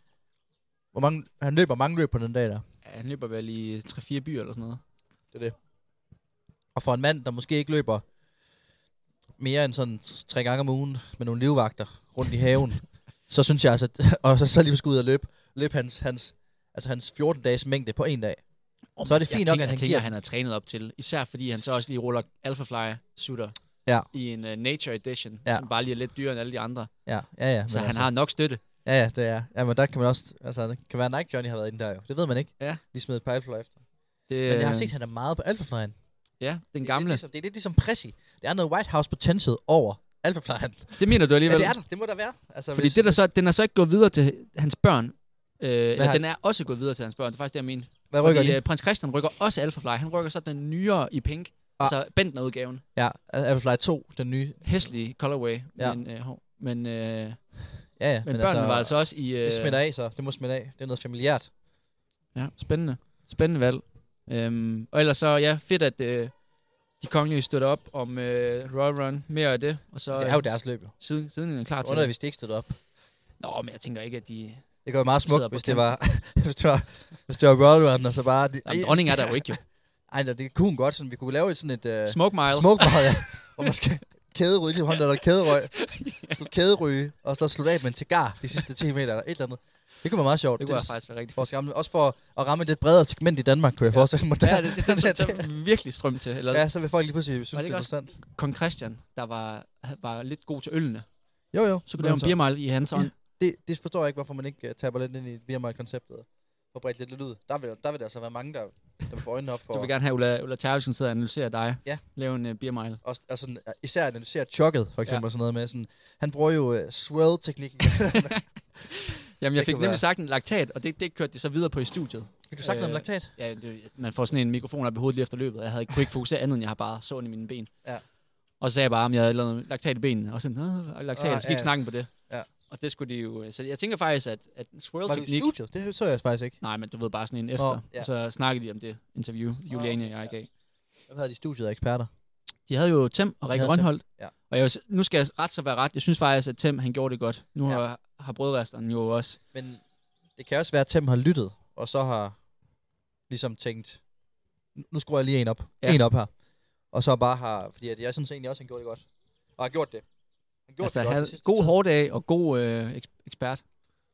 S4: han løber mange løb på den dag der.
S5: Ja, han løber vel i 3-4 byer eller sådan noget.
S4: Det er det. Og for en mand, der måske ikke løber mere end sådan 3 gange om ugen med nogle livvagter rundt i haven, så synes jeg altså, og så lige skal ud og løbe hans 14-dages mængde på en dag. Så er det fint nok, at han giver.
S5: Han er trænet op til, især fordi han så også lige ruller Alphafly Shooter i en Nature Edition, som bare lige er lidt dyrere end alle de andre.
S4: Ja.
S5: Så han har nok støtte.
S4: Ja, det er. Ja, men der kan man også, altså, det kan være Nike Johnny har været inde der jo. Det ved man ikke.
S5: Ja.
S4: De smed et par Alphafly efter. Men jeg har set, at han er meget på Alphaflyen.
S5: Ja, den gamle.
S4: Det er lidt ligesom Pressi. Det er noget White House potential over Alphaflyen.
S5: Det mener du alligevel?
S4: Ja, det er der. Det må der være. Altså,
S5: fordi den er så ikke gået videre til hans børn. Den er også gået videre til hans børn. Det er faktisk det, jeg mener.
S4: Hvad rykker de?
S5: Prins Christian rykker også Alphafly. Han rykker så den nyere i pink. Altså Bentner-udgaven.
S4: Ja, Alphafly 2, den nye.
S5: Hæslige colorway.
S4: Ja.
S5: Men børnene
S4: altså,
S5: var altså også i...
S4: det smitter af, så. Det må smitte af. Det er noget familiært.
S5: Ja, spændende valg. Og ellers så, fedt, at de kongelige støtter op om Royal Run. Mere af det. Og så,
S4: det er jo deres løb, jo.
S5: Siden er klar til
S4: det. Hvis de ikke støtter op.
S5: Nå, men jeg tænker ikke, at de...
S4: Det går meget smukt, hvis det var Royal Run, og så bare...
S5: Dronning er der jo ikke, jo.
S4: Ej, det kunne godt, sådan, vi kunne lave sådan et...
S5: Smoke mile.
S4: Ja. Hvor man skal kæderyge, til hånden, eller kæderøg. Skulle kæderyge, og så slutte af med en cigar de sidste 10 meter, eller et eller andet. Det kunne være meget sjovt.
S5: Det kunne faktisk være rigtig fedt.
S4: Også for at ramme et lidt bredere segment i Danmark, kunne jeg forestille mig.
S5: Ja, det er virkelig strøm til. Eller?
S4: Ja, så vil folk lige pludselig synes, det er interessant.
S5: Kong Christian, der var lidt god til ølene.
S4: Jo.
S5: Så kunne lave en beermile i hans ånd.
S4: Det forstår jeg ikke, hvorfor man ikke taber lidt ind i beermile-konceptet. Og bredt lidt ud. Der vil der altså være mange, der vil få øjnene op for...
S5: Du vil gerne have Ulla Terkelsen sidde og analysere dig. Ja. Lave en beermile.
S4: Og sådan, især analysere chugget, for eksempel. Sådan noget med. Sådan, han bruger jo swell-teknikken.
S5: Jamen, jeg fik nemlig sagt en laktat, og det kørte de så videre på i studiet.
S4: Fik du sagt noget om laktat?
S5: Ja, man får sådan en mikrofon op i hovedet lige efter løbet, og kunne ikke fokusere andet, end jeg har bare så i mine ben. Ja. Og så sagde jeg bare, om jeg havde lavet laktat i benene, og sådan, laktat, så skal ikke snakke på det. Ja. Og det skulle de jo... Så jeg tænker faktisk, at swirl-teknik...
S4: Var du i studiet? Det så jeg faktisk ikke.
S5: Nej, men du ved bare sådan en efter. Og så snakkede de om det interview, Juliane og jeg gav.
S4: Hvad havde de studiet af eksperter?
S5: De havde jo Tim og Rikke Rønholdt. Ja. Og nu skal jeg ret så være ret. Jeg synes faktisk, at Tim han gjorde det godt. Nu har brødresteren jo også.
S4: Men det kan også være, at Tim har lyttet, og så har ligesom tænkt, nu skruer jeg lige en op. Ja. En op her. Og så bare har... Fordi jeg synes egentlig også, han gjorde det godt. Og har gjort det.
S5: God hårdag og god ekspert.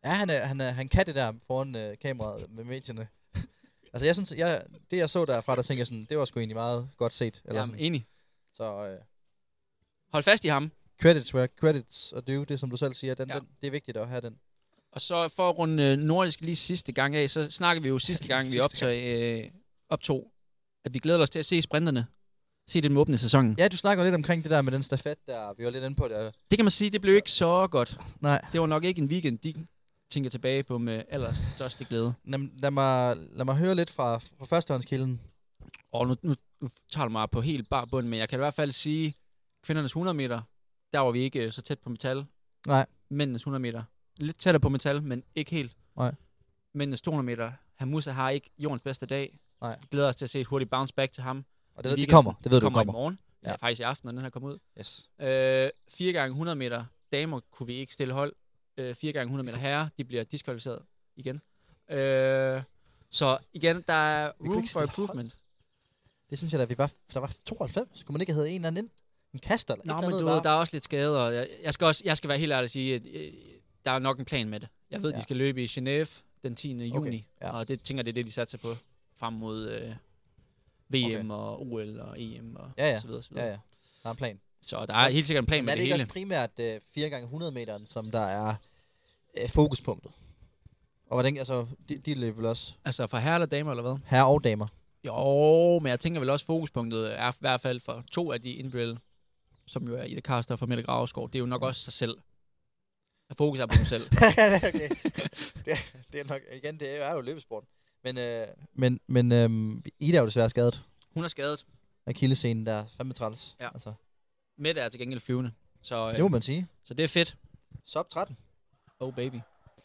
S4: Ja, han kan det der foran kameraet med medierne. Altså, jeg synes, det jeg så derfra, der tænker jeg sådan, det var sgu egentlig meget godt set. Eller
S5: Jamen,
S4: sådan.
S5: enig.
S4: Så
S5: Hold fast i ham.
S4: credits where credits og due, det som du selv siger, det er vigtigt at have den.
S5: Og så for at runde nordisk lige sidste gang af, så snakker vi jo sidste gang, vi optog, at vi glæder os til at se sprinterne. Se dem åbne sæsonen.
S4: Ja, du snakker lidt omkring det der med den stafet der, vi var lidt inde på det.
S5: Det kan man sige, det blev ikke så godt.
S4: Nej.
S5: Det var nok ikke en weekend, de tænker tilbage på med allerstørste glæde.
S4: Lad mig høre lidt fra førstehåndskilden.
S5: Og nu tager du mig på helt bar bund, men jeg kan i hvert fald sige, kvindernes 100 meter, der var vi ikke så tæt på metal.
S4: Nej.
S5: Mændenes 100 meter, lidt tættere på metal, men ikke helt.
S4: Nej.
S5: Mændenes 200 meter, Hamusa har ikke jordens bedste dag.
S4: Nej.
S5: Vi glæder os til at se et hurtigt bounce back til ham.
S4: Og det ved du kommer. Det
S5: kommer i morgen. Ja, faktisk i aften, når den her kommer ud.
S4: Yes.
S5: 4 gange 100 meter damer kunne vi ikke stille hold. 4 gange 100 meter herrer, de bliver diskvalificeret igen. Så igen, der er room for improvement.
S4: Hold. Det synes jeg, der var 92. Skulle man ikke have en eller anden ind? En kaster eller
S5: et eller andet? Nå, men der er også lidt skader. Jeg skal være helt ærlig at sige, at der er nok en plan med det. Jeg ved, de skal løbe i Genève den 10. juni, og det tænker det er det, de satser på frem mod VM og OL og EM og så videre.
S4: Ja, der er en plan.
S5: Så der er helt sikkert en plan med det hele.
S4: Men er det ikke også primært 4 gange 100 meteren, som der er fokuspunktet? Og hvordan, altså, de løber vel også? Altså
S5: for herrer eller damer, eller hvad?
S4: Herrer og damer.
S5: Jo, men jeg tænker vel også, fokuspunktet er i hvert fald for 2 af de individuelle, som jo er Ida Karster og Mette Graveskov. Det er jo nok også sig selv. At fokus er på dem selv.
S4: Okay. Det er nok, igen, det er jo løbesport. Men Ida er jo desværre skadet.
S5: Hun er skadet.
S4: Akillessenen der, fandme træls.
S5: Ja.
S4: Altså.
S5: Mette er til gengæld flyvende. Så,
S4: det må man sige.
S5: Så det er fedt.
S4: Sub 13.
S5: Oh baby.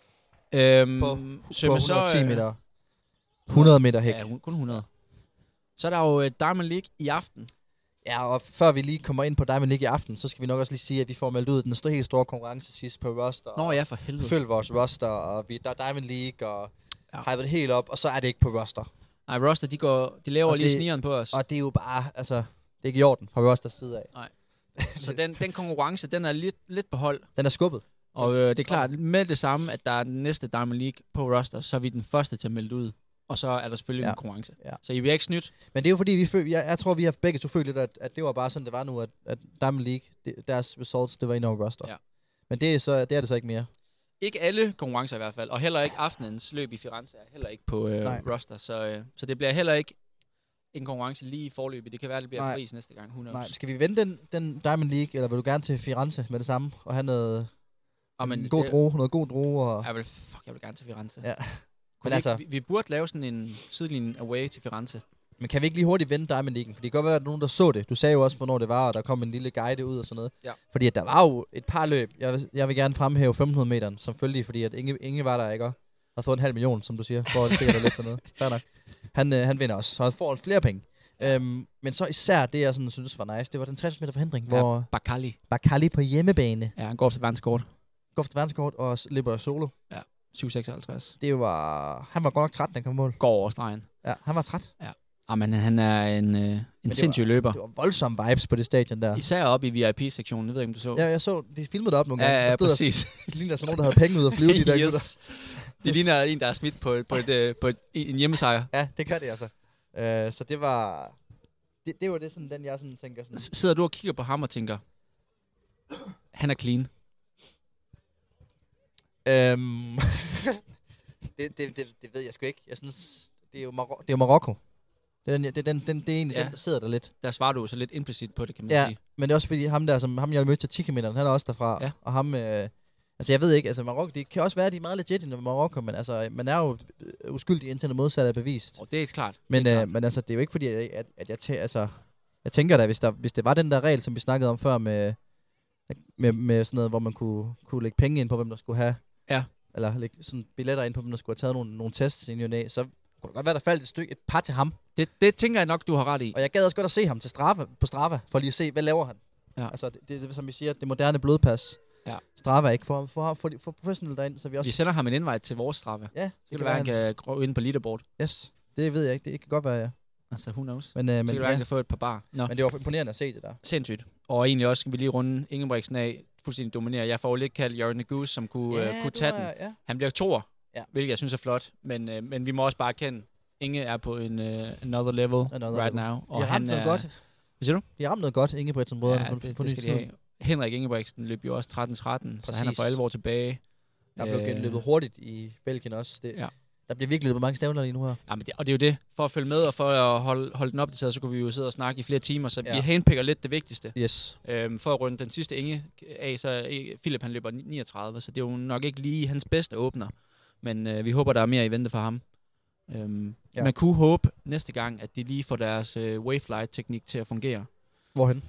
S4: På 110 meter. 100 meter hæk.
S5: Ja, kun 100. Så er der jo Diamond League i aften.
S4: Ja, og før vi lige kommer ind på Diamond League i aften, så skal vi nok også lige sige, at vi får meldt ud den helt store konkurrence sidst på roster.
S5: Nå ja, for helvede.
S4: Følg vores roster, og der er Diamond League, og har det helt op, og så er det ikke på roster.
S5: Nej, roster, de laver lige snigeren på os.
S4: Og det er jo bare, altså, det er ikke i orden fra rosters side af.
S5: Nej. Så den konkurrence, den er lidt på hold.
S4: Den er skubbet.
S5: Og det er klart, med det samme, at der er den næste Diamond League på roster, så er vi den første til at melde ud. Og så er der selvfølgelig en konkurrence. Ja. Så I bliver ikke snydt.
S4: Men det er jo fordi, jeg tror, vi har begge to følt lidt, at det var bare sådan, det var nu, at Diamond League, deres results, det var ind over roster. Ja. Men det er det så ikke mere.
S5: Ikke alle konkurrencer i hvert fald. Og heller ikke aftenens løb i Firenze er heller ikke på roster. Så det bliver heller ikke en konkurrence lige i forløbet. Det kan være, det bliver Paris næste gang.
S4: Nej, skal vi vende den Diamond League, eller vil du gerne til Firenze med det samme, og have noget god droge? Og
S5: jeg vil gerne til Firenze.
S4: Ja.
S5: Men altså, vi burde lave sådan en sidelinje away til Firenze.
S4: Men kan vi ikke lige hurtigt vende Diamond League? For det kan godt være, at nogen, der så det. Du sagde jo også, hvornår det var, og der kom en lille guide ud og sådan noget. Ja. Fordi at der var jo et par løb. Jeg vil gerne fremhæve 1500 meteren som følge, fordi at Inge var der, ikke? Og har fået 500.000, som du siger, for det sikkert lidt dernede. Fair nok. Han vinder også, så han får flere penge. Men så især det, jeg sådan, synes var nice, det var den 60 meter forhindring, hvor Bakali på hjemmebane.
S5: Ja, han går til verdenskort.
S4: Og løber solo.
S5: Ja. 7.56.
S4: Han var godt nok træt, den kom mål.
S5: Går over stregen.
S4: Ja, han var træt.
S5: Ja. Men han er en sindssyg løber.
S4: Det var voldsomme vibes på det stadion der.
S5: Især oppe i VIP-sektionen, jeg ved ikke, om du så.
S4: Ja, jeg så, de filmede det op nogle gange.
S5: Ja, præcis.
S4: Det ligner sådan nogen, der havde penge ud at flyve, de der
S5: gutter. Det ligner en, der er smidt på en hjemmesejr.
S4: Ja, det kan det altså. Så det var... Det var det, sådan, den jeg sådan tænker sådan...
S5: Sidder du og kigger på ham og tænker, han er clean?
S4: Det ved jeg sgu ikke. Jeg synes, det er jo Marokko. Det er egentlig den, der sidder der lidt.
S5: Der svarer du så lidt implicit på det, kan man sige. Men
S4: det er også fordi, ham jeg mødte til 10 km, han er også derfra. Ja. Og ham, altså jeg ved ikke, altså Marokko, det kan også være, at de er meget legit i Marokko, men altså, man er jo uskyldig indtil det modsatte er bevist.
S5: Det er klart.
S4: Men altså, det er jo ikke fordi, at jeg tænker da, hvis det var den der regel, som vi snakkede om før med sådan noget, hvor man kunne lægge penge ind på, hvem der skulle have, eller lægge sådan billetter ind på, hvem der skulle have taget nogle tests i New så kunne det godt være, der faldt et par til ham.
S5: Det tænker jeg nok, du har ret i.
S4: Og jeg gad også godt at se ham på Strava, for lige at se, hvad laver han. Ja. Altså, det som vi siger, det moderne blodpas. Ja. Strava ikke for professionelle derind, så vi også...
S5: Vi sender ham en invite til vores Strava.
S4: Ja.
S5: Det kan være, han kan gå ind på leaderboard.
S4: Yes, det ved jeg ikke. Det kan godt være, ja.
S5: Altså, who knows?
S4: Men,
S5: så kan det være, han kan få et par bar.
S4: Men det var imponerende at se det der.
S5: Sindssygt. Og egentlig også skal vi lige runde Ingebrigtsen af. fuldstændig dominere. Jeg får jo lidt kaldt Jørgen Goose, som kunne tage den.
S4: Ja.
S5: Han bliver toer,
S4: Ja.
S5: hvilket jeg synes er flot. Men vi må også bare erkende, Inge er på en another level right now.
S4: De har ramt noget godt.
S5: Hvad siger du?
S4: De har ramt noget godt, Ingebrigtsen-brødrene.
S5: Ja, det skal de have. Henrik Ingebrigtsen løb jo også 13-13, så han er for alvor tilbage.
S4: Der blev løbet hurtigt i Belgien også. Der bliver virkelig løbet mange stævner lige nu her.
S5: Ja, men og det er jo det. For at følge med og for at holde den opdateret, så kunne vi jo sidde og snakke i flere timer, så vi handpicker lidt det vigtigste.
S4: Yes.
S5: For at runde den sidste Inge af, så Philip han løber 39, så det er jo nok ikke lige hans bedste åbner. Men vi håber, der er mere i vente for ham. Man kunne håbe næste gang, at de lige får deres waveflight-teknik til at fungere.
S4: Hvorhen?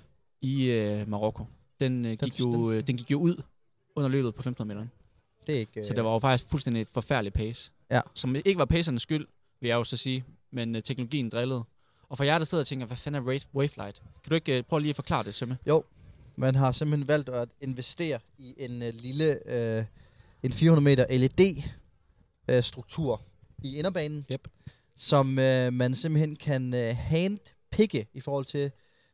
S5: I Marokko. Den gik jo ud under løbet på 1500 meter.
S4: Det er ikke,
S5: så det var jo faktisk fuldstændig et forfærdeligt pace.
S4: Ja.
S5: Som ikke var pacernes skyld, vil jeg jo så sige, men teknologien drillede. Og for jer, der sidder og tænker, hvad fanden er waveflight? Kan du ikke prøve lige at forklare det, Sømme?
S4: Jo, man har simpelthen valgt at investere i en lille en 400 meter LED-struktur i inderbanen, som man simpelthen kan handpikke i forhold til,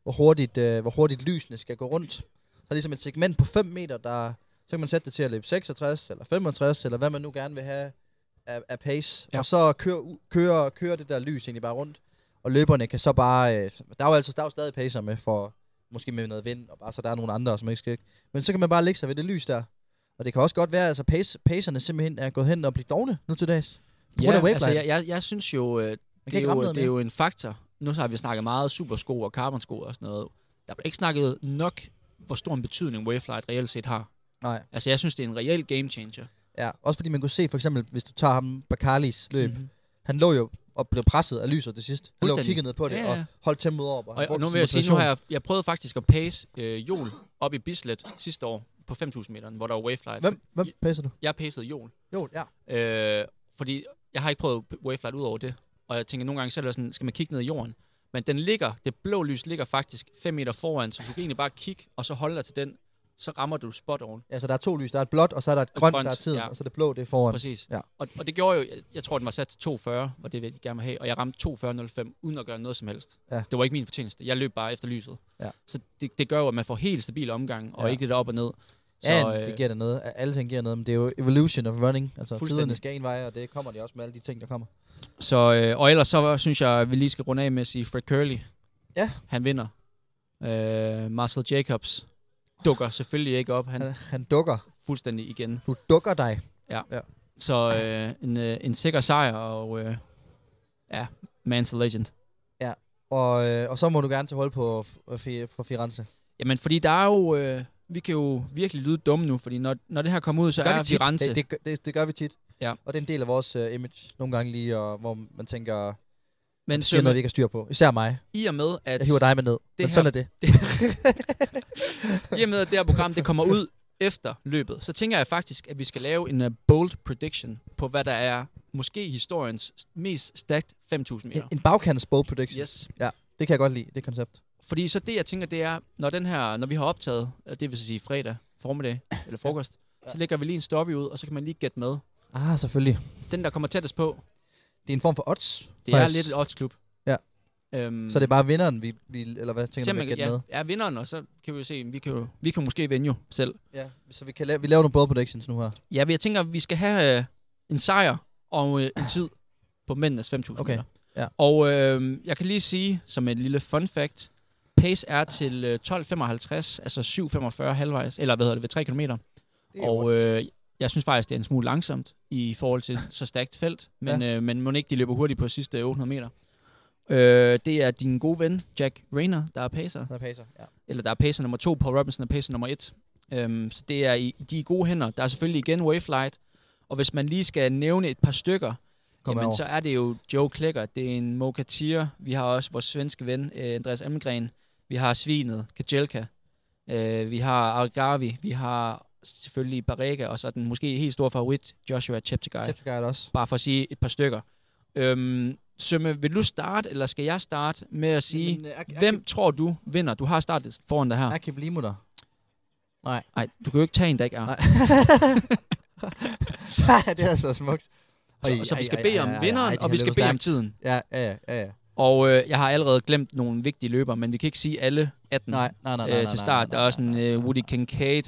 S4: hvor hurtigt lysene skal gå rundt. Så er det ligesom et segment på 5 meter, så kan man sætte det til at løbe 66 eller 65, eller hvad man nu gerne vil have af pace. Ja. Og så kører det der lys egentlig bare rundt. Og løberne kan så bare... der er jo stadig pacer med, for måske med noget vind, og bare så der er nogle andre, som ikke skal... Men så kan man bare lægge sig ved det lys der. Og det kan også godt være, at altså pacerne simpelthen er gået hen og blive dogne nu til dags.
S5: Ja, altså jeg synes jo, det er jo en faktor. Nu har vi snakket meget supersko og carbonsko og sådan noget. Der er ikke snakket nok, hvor stor en betydning waveflight reelt set har.
S4: Nej.
S5: Altså jeg synes, det er en reel game changer.
S4: Ja, også fordi man kunne se, for eksempel, hvis du tager ham Bakalis løb, han lå jo og blev presset af lyset til sidst. Han lå og kiggede ned på det og holdt tempoet over.
S5: Og nu vil jeg sige, nu har jeg prøvet faktisk at pace Jol op i Bislett sidste år på 5.000 meter, hvor der var waveflight.
S4: Hvem pacer du?
S5: Jeg pacede Jol.
S4: Jol, ja.
S5: Fordi jeg har ikke prøvet waveflight ud over det. Og jeg tænker, nogle gange så er det sådan, skal man kigge ned i jorden. Men det blå lys ligger faktisk 5 meter foran, så du kan egentlig bare kigge, og så holde dig til den, så rammer du spot on.
S4: Ja, så der er 2 lys. Der er et blåt, og så er der et grønt, der er tiden, og så det blå, det er foran.
S5: Præcis.
S4: Ja.
S5: Og det gjorde jo, jeg tror, den var sat til 2.40, og det vil jeg gerne have, og jeg ramte 2.40.05, uden at gøre noget som helst. Ja. Det var ikke min fortjeneste. Jeg løb bare efter lyset. Ja. Så det gør jo, at man får helt stabil omgang, og ikke det op og ned. Så,
S4: ja, det giver det noget. Alle ting giver noget, men det er jo evolution of running. Altså tiderne skal en vej, og det kommer de også med alle de ting, der kommer.
S5: Så, og ellers så synes jeg, at vi lige skal runde af med at sige Fred Curley.
S4: Ja.
S5: Han vinder. Marcel Jacobs dukker selvfølgelig ikke op.
S4: Han dukker.
S5: Fuldstændig igen.
S4: Du dukker dig.
S5: Ja. Så en sikker sejr, og man's a legend.
S4: Ja, og så må du gerne tage hold på Firenze.
S5: Jamen, fordi der er jo... vi kan jo virkelig lyde dumme nu, fordi når det her kommer ud, så er Firenze...
S4: Det gør vi tit.
S5: Ja.
S4: Og det er en del af vores image nogle gange lige, og hvor man tænker...
S5: Men
S4: det er noget, vi kan styre på. Især mig.
S5: I og med, at...
S4: Jeg hiver dig med ned. Men sådan er det.
S5: I og med, at det her program det kommer ud efter løbet, så tænker jeg faktisk, at vi skal lave en bold prediction på, hvad der er måske historiens mest stacked 5.000 meter.
S4: En bagkants bold prediction?
S5: Yes.
S4: Ja, det kan jeg godt lide, det koncept.
S5: Fordi så det, jeg tænker, det er, når vi har optaget, det vil sige fredag formiddag eller frokost, så lægger vi lige en story ud, og så kan man lige gætte med.
S4: Ah, selvfølgelig.
S5: Den, der kommer tættest på.
S4: Det er en form for odds.
S5: Det er lidt et odds-klub.
S4: Ja. Så det er bare vinderen, vi eller hvad tænker du, gætte med?
S5: Ja, vinderen, og så kan vi jo se, vi kan måske vinde jo selv.
S4: Ja, så vi laver nogle bold predictions nu her.
S5: Ja, jeg tænker, vi skal have en sejr og en tid på mændenes 5.000 meter.
S4: Ja.
S5: Og jeg kan lige sige, som et lille fun fact, pace er til 12.55, altså 7.45 halvvejs, eller ved 3 kilometer. Og jeg synes faktisk, det er en smule langsomt i forhold til så stærkt felt, men må ikke de løber hurtigt på sidste 800 meter. Det er din gode ven, Jack Rayner, der er pacer. Eller der er pacer nummer 2, Paul Robinson er pacer nummer 1. Så det er de gode hænder. Der er selvfølgelig igen waveflight, og hvis man lige skal nævne et par stykker, jamen, så er det jo Joe Klecker, det er en Mo Katir, vi har også vores svenske ven, Andreas Almgren, vi har Svinet, Kajelka, vi har Argavi, vi har selvfølgelig Barrega, og så den måske helt store favorit, Joshua Cheptegei.
S4: Også.
S5: Bare for at sige et par stykker. Sømme, vil du starte, eller skal jeg starte med at sige, hvem tror du vinder? Du har startet foran dig her.
S4: Akib Limutter. Nej.
S5: Nej, du kan jo ikke tage en, der ikke er.
S4: Nej, det er så smukt.
S5: Så vi skal bede om vinderen, og vi skal bede om tiden.
S4: Ja.
S5: Og jeg har allerede glemt nogle vigtige løbere, men vi kan ikke sige alle 18
S4: nej,
S5: til start. Der er også en Woody Kincaid,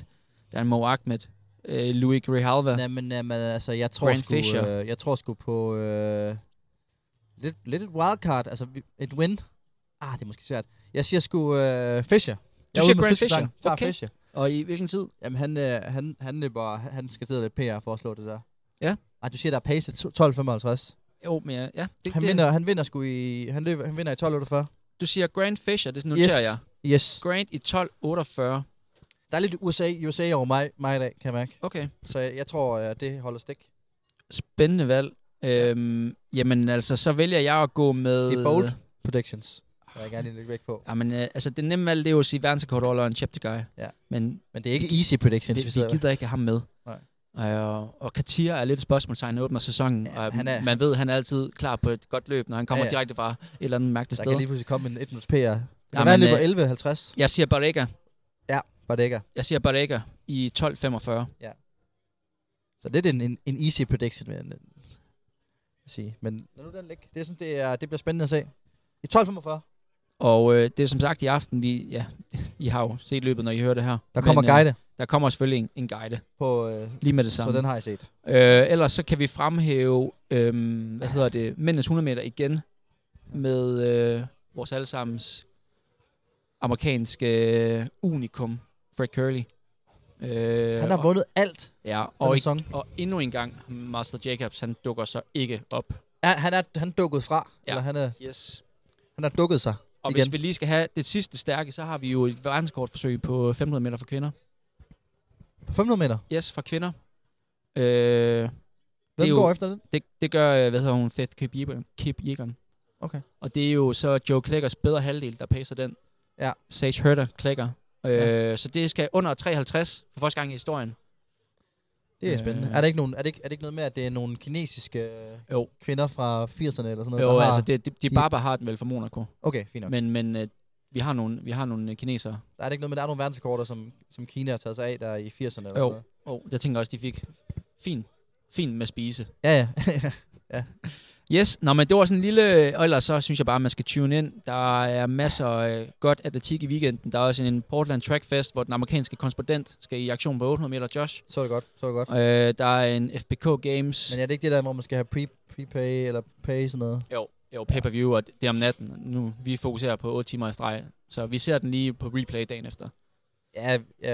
S5: Dan Mo Ahmed, Louis Grijalva.
S4: Jamen, altså, jeg
S5: Grant Fisher.
S4: jeg tror sgu på lidt et wildcard. Altså, et win. Det er måske svært. Jeg siger sgu Fisher.
S5: Du siger Grant Fisher?
S4: Okay. Fisher.
S5: Og i hvilken tid?
S4: Jamen, han skal sidde lidt PR for at slå det der.
S5: Ja.
S4: Du siger, der er pace 12.55.
S5: Jo, men ja.
S4: Han vinder sgu i... Han vinder i 12.48.
S5: Du siger Grant Fisher, det noterer jeg.
S4: Yes.
S5: Grant i 12.48.
S4: Der er lidt USA over mig i dag, kan jeg mærke.
S5: Okay.
S4: Så jeg tror, at det holder stik.
S5: Spændende valg. Jamen altså, så vælger jeg at gå med...
S4: Det er bold predictions. Jeg vil gerne lige lægge væk på.
S5: Jamen, altså det nemme valg, det er jo at sige verdensrekordholder og en Cheptegei.
S4: Ja.
S5: Men
S4: det er ikke easy predictions,
S5: vi gider ikke have ham med.
S4: Nej.
S5: Og Katir er lidt et spørgsmålstegn, han åbner sæsonen. Ja, og man ved, han er altid klar på et godt løb, når han kommer direkte fra et eller andet mærkeligt sted.
S4: Der kan lige pludselig komme en 1 minuts PR. Det kan være, han løber 11.50.
S5: Jeg siger Barega.
S4: Ja, Barega.
S5: Jeg siger Barega i 12.45.
S4: Ja. Så det er en easy prediction, vil jeg sige. Men lad nu den ligge. Det synes, det bliver spændende at se. I 12.45.
S5: Og det er som sagt i aften, I har jo set løbet, når I hører det her.
S4: Der kommer guide.
S5: Der kommer selvfølgelig en guide.
S4: På,
S5: lige med det samme.
S4: Så den har jeg set.
S5: Ellers så kan vi fremhæve, mændenes 100 meter igen, med vores allesammens amerikanske unikum, Fred Curley.
S4: Han har vundet alt.
S5: Ja, og endnu en gang, Marcel Jacobs, han dukker så ikke op.
S4: Ja, han dukket fra.
S5: Ja.
S4: Eller han har dukket sig.
S5: Og
S4: igen.
S5: Hvis vi lige skal have det sidste stærke, så har vi jo et verdensrekordforsøg på 500 meter for kvinder.
S4: På 500 meter?
S5: Yes, for kvinder.
S4: Hvem går efter det?
S5: Det gør, Faith Kip Yegan.
S4: Okay.
S5: Og det er jo så Joe Kleggers bedre halvdel, der pacer den.
S4: Ja.
S5: Sage Herter Klegger. Så det skal under 53 for første gang i historien.
S4: Det er spændende. Er det ikke noget med, at det er nogle kinesiske kvinder fra 80'erne eller sådan noget?
S5: Jo, altså de Baba har den vel fra Monaco.
S4: Okay, fint nok.
S5: Men vi har nogle kinesere.
S4: Der er det ikke noget med, der er nogle verdensrekorder, som Kina har taget sig af der i 80'erne eller sådan noget?
S5: Jo, jeg tænker også, de fik fint med spise.
S4: Ja. Ja.
S5: Yes, men det var sådan en lille... Og ellers så synes jeg bare, man skal tune ind. Der er masser af godt atletik i weekenden. Der er også en Portland Track Fest, hvor den amerikanske korrespondent skal i aktion på 800 meter. Josh.
S4: Så er det godt.
S5: Der er en FBK Games.
S4: Men er det ikke det der, hvor man skal have prepay eller pay sådan noget?
S5: Jo, pay-per-view, og det er om natten. Nu vi fokuserer på 8 timer i streg. Så vi ser den lige på replay dagen efter.
S4: Ja.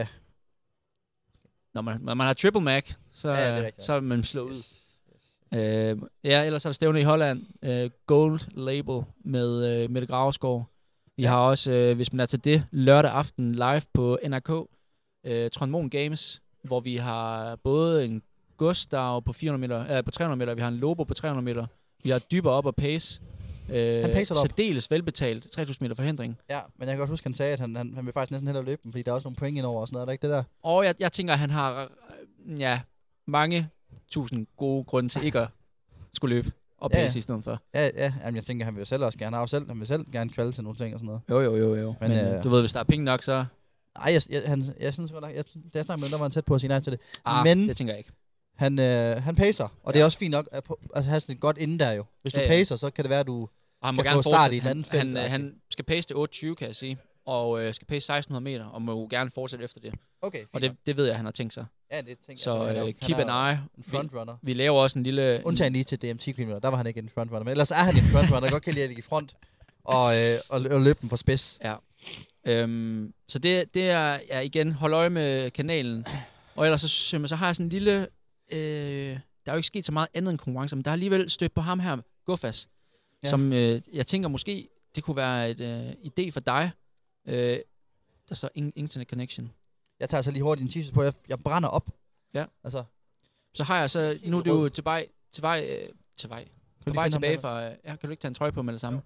S5: Når man har triple Mac, så er man slået ud. Ellers er der stævne i Holland. Gold Label med Mette Gravesgaard. Vi har også, hvis man er til det, lørdag aften live på NRK. Trondmon Games, hvor vi har både en Gustav på 400 meter, på 300 meter, vi har en Lobo på 300 meter. Vi har Dyber op og pace.
S4: Han pacer op.
S5: Særdeles velbetalt. 3000 meter forhindring.
S4: Ja, men jeg kan godt huske, han sagde, at han vil faktisk næsten hellere løbe dem, fordi der er også nogle point indover og sådan noget. Er det ikke det der?
S5: Og jeg tænker, at han har mange tusind gode grunde til ikke at skulle løbe og pace i stedet for.
S4: Ja. Jamen, jeg tænker, han vil selv også gerne. Han vil selv gerne kvalde til nogle ting og sådan
S5: noget. Jo. Men du ved, hvis der er penge nok, så...
S4: Nej, jeg synes godt nok... Da jeg snakkede med, der var han tæt på at sige nej til det.
S5: Men det tænker jeg ikke.
S4: Han pacer, og det er også fint nok at have sådan et godt inden der jo. Hvis du pacer, så kan det være, at du kan få start i et andet felt.
S5: Han skal pace til 8.20, kan jeg sige. Og skal pace 1600 meter, og må gerne fortsætte efter det.
S4: Okay,
S5: og det ved jeg, han har tænkt sig.
S4: Ja, det tænker
S5: så
S4: jeg.
S5: Så keep an eye.
S4: En frontrunner.
S5: Vi laver også en lille...
S4: Undtagen lige til DMT-kilometer, der var han ikke en frontrunner. Men ellers er han en frontrunner, der godt kan lide at ligge i front og løbe dem for spids.
S5: Ja. Så det er igen, hold øje med kanalen. Og ellers så har jeg sådan en lille... der er jo ikke sket så meget andet end konkurrencer, men der har alligevel stødt på ham her, Gofas, som jeg tænker måske, det kunne være et idé for dig. Der står internet connection.
S4: Jeg tager så lige hurtigt en t-shirt på, jeg brænder op.
S5: Ja.
S4: Altså.
S5: Så har jeg så, nu er du jo til vej tilbage fra, kan du ikke tage en trøje på med det samme?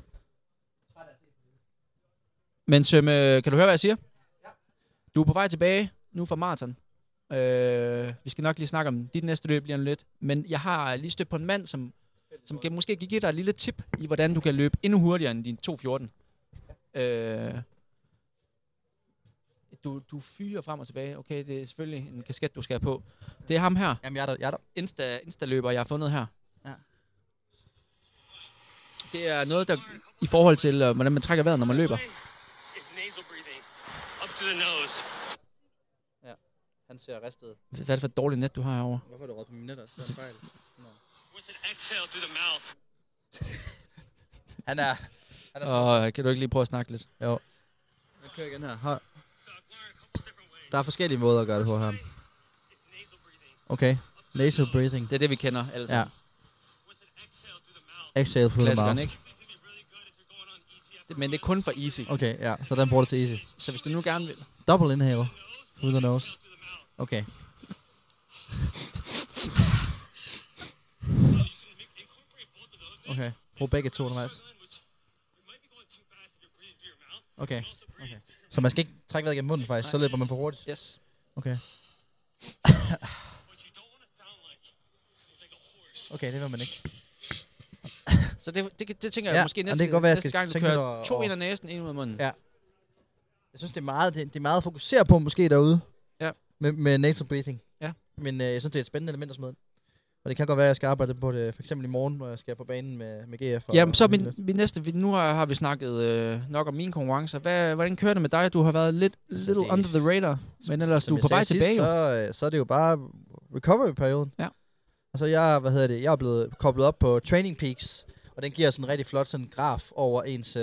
S5: Men Sømme, kan du høre, hvad jeg siger? Ja. Du er på vej tilbage nu fra maraton. Vi skal nok lige snakke om dit næste løb lige lidt. Men jeg har lige stødt på en mand, som kan måske give dig et lille tip i, hvordan du kan løbe endnu hurtigere end din 2.14. Du fyrer frem og tilbage. Okay, det er selvfølgelig en kasket, du skal have på. Det er ham her.
S4: Jamen, jeg er der.
S5: Insta-løber, jeg har fundet her. Ja. Det er noget, der i forhold til, hvordan man trækker vejret, når man løber.
S4: Ja. Han ser ristet.
S5: Hvad er det for et dårligt net, du har herovre?
S4: Hvorfor har du råbt på min net også? Det er en fejl. Han er
S5: Kan du ikke lige prøve at snakke lidt?
S4: Jo. Jeg kører igen her. Der er forskellige måder at gøre det på her. Okay. Nasal breathing.
S5: Det er det, vi kender alle sammen.
S4: Ja. Exhale through the
S5: Klassikeren,
S4: mouth.
S5: ikke? Men det er kun for easy.
S4: Okay, ja. Så den bruger det til easy.
S5: Så hvis du nu gerne vil...
S4: Double inhale. Through the nose. Okay. Okay. Brug begge to undervejs. Okay. Så man skal ikke trække vejret gennem munden faktisk, så løber man for hurtigt.
S5: Yes.
S4: Okay. Okay, det vil man ikke.
S5: Så det tænker jeg måske næste,
S4: det kan godt være,
S5: næste gang, du kører 2 ind af næsen, 1 ud af munden.
S4: Ja. Jeg synes, det er meget at fokusere på måske derude.
S5: Ja.
S4: Med nasal breathing.
S5: Ja.
S4: Men jeg synes, det er et spændende element at smide. Og det kan godt være, at jeg skal arbejde på det, for eksempel i morgen, hvor jeg skal på banen med GF.
S5: Jamen, så min næste... Nu har vi snakket nok om mine konkurrencer. Hvordan kører det med dig? Du har været little under the radar, men ellers du er på vej tilbage.
S4: Så er det jo bare recovery-perioden.
S5: Ja.
S4: Og så jeg er blevet koblet op på Training Peaks, og den giver sådan en rigtig flot sådan graf over ens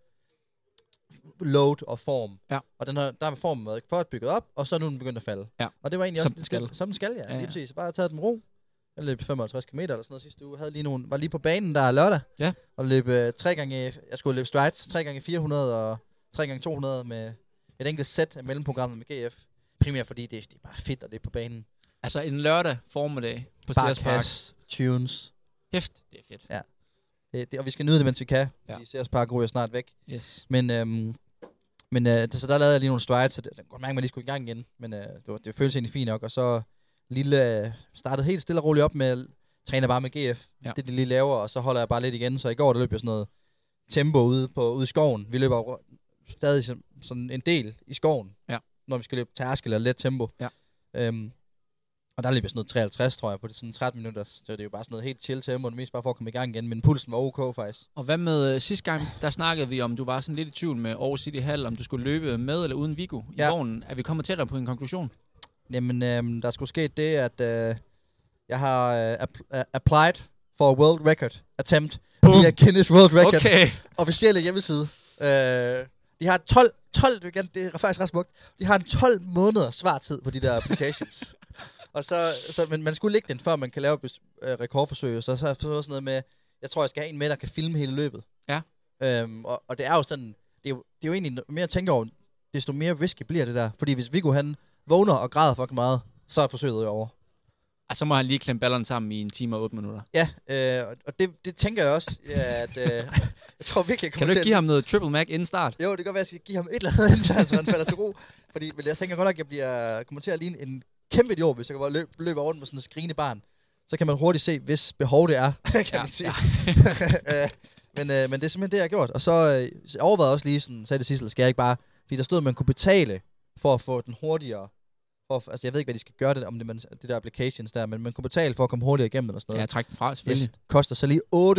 S4: load og form.
S5: Ja. Og
S4: der har formen været først bygget op, og så er nu den begyndt at falde.
S5: Ja.
S4: Og det var egentlig
S5: som
S4: også som den skal, ja. Lige præcis. Bare taget den ro. Jeg løb 55 km eller sådan noget sidste uge. Var lige på banen der lørdag.
S5: Ja.
S4: Og løb 3 gange... Jeg skulle løbe strides 3 gange 400 og 3 gange 200 med et enkelt sæt af mellemprogrammet med GF. Primært fordi det er bare fedt at løbe på banen.
S5: Altså en lørdag formiddag på
S4: Sears
S5: Park.
S4: Tunes.
S5: Hæft, det er fedt.
S4: Ja. Og vi skal nyde det, mens vi kan.
S5: Ja.
S4: Fordi Sears Park ryger snart væk.
S5: Yes.
S4: Men så der lavede jeg lige nogle strides, så det godt mærke, at man lige skulle i gang igen. Men det føltes egentlig fint nok. Og så startede helt stille og roligt op med at træne bare med GF.
S5: Ja.
S4: Det de lige laver, og så holder jeg bare lidt igen. Så i går der løb jeg sådan noget tempo ude i skoven. Vi løber stadig sådan en del i skoven, når vi skal løbe tærskel eller let tempo.
S5: Ja.
S4: Og der løb jeg sådan noget 53, tror jeg, på det sådan 13 minutter. Så det er jo bare sådan noget helt chill tempo, mest bare for at komme i gang igen. Men pulsen var ok faktisk.
S5: Og hvad med sidste gang, der snakkede vi om, du var sådan lidt i tvivl med Aarhus City Hall, om du skulle løbe med eller uden Viggo i vognen. Er vi kommet tættere på en konklusion? Jamen,
S4: der skulle ske det, at jeg har applied for a world record attempt via Guinness World Record officielle hjemmeside. De har 12, det er faktisk ret smukt. De har en 12 måneder svartid på de der applications. Og men man skulle lægge den, før man kan lave rekordforsøg. Så har jeg fået sådan noget med, jeg tror, jeg skal have en med, der kan filme hele løbet.
S5: Ja.
S4: Og det er jo sådan, det er jo egentlig mere at tænke over, desto mere risky bliver det der. Fordi hvis Viggo han vågner og græder fucking meget, så er forsøget jo over.
S5: Og så må han lige klemme ballerne sammen i 1 time og 8 minutter.
S4: Ja, og det tænker jeg også, at jeg tror virkelig,
S5: kan du ikke give ham noget triple mac inden start?
S4: Jo, det kan godt være, at jeg skal give ham et eller andet inden, så han falder til ro. Men jeg tænker godt nok, at jeg kommer til at ligne en kæmpe idiot, hvis jeg kan løbe rundt med sådan et skrigende barn. Så kan man hurtigt se, hvis behov det er, kan man sige. Ja. Men det er simpelthen det, jeg har gjort. Og så jeg overvejede også lige, sådan, sagde det sidste, skal jeg ikke bare... Fordi der stod, at man kunne betale for at få den hurtigere... altså, jeg ved ikke, hvad de skal gøre det, om det der applications der, men man kunne betale for at komme hurtigere igennem eller sådan noget.
S5: Ja, træk den fra, selvfølgelig.
S4: Det koster så lige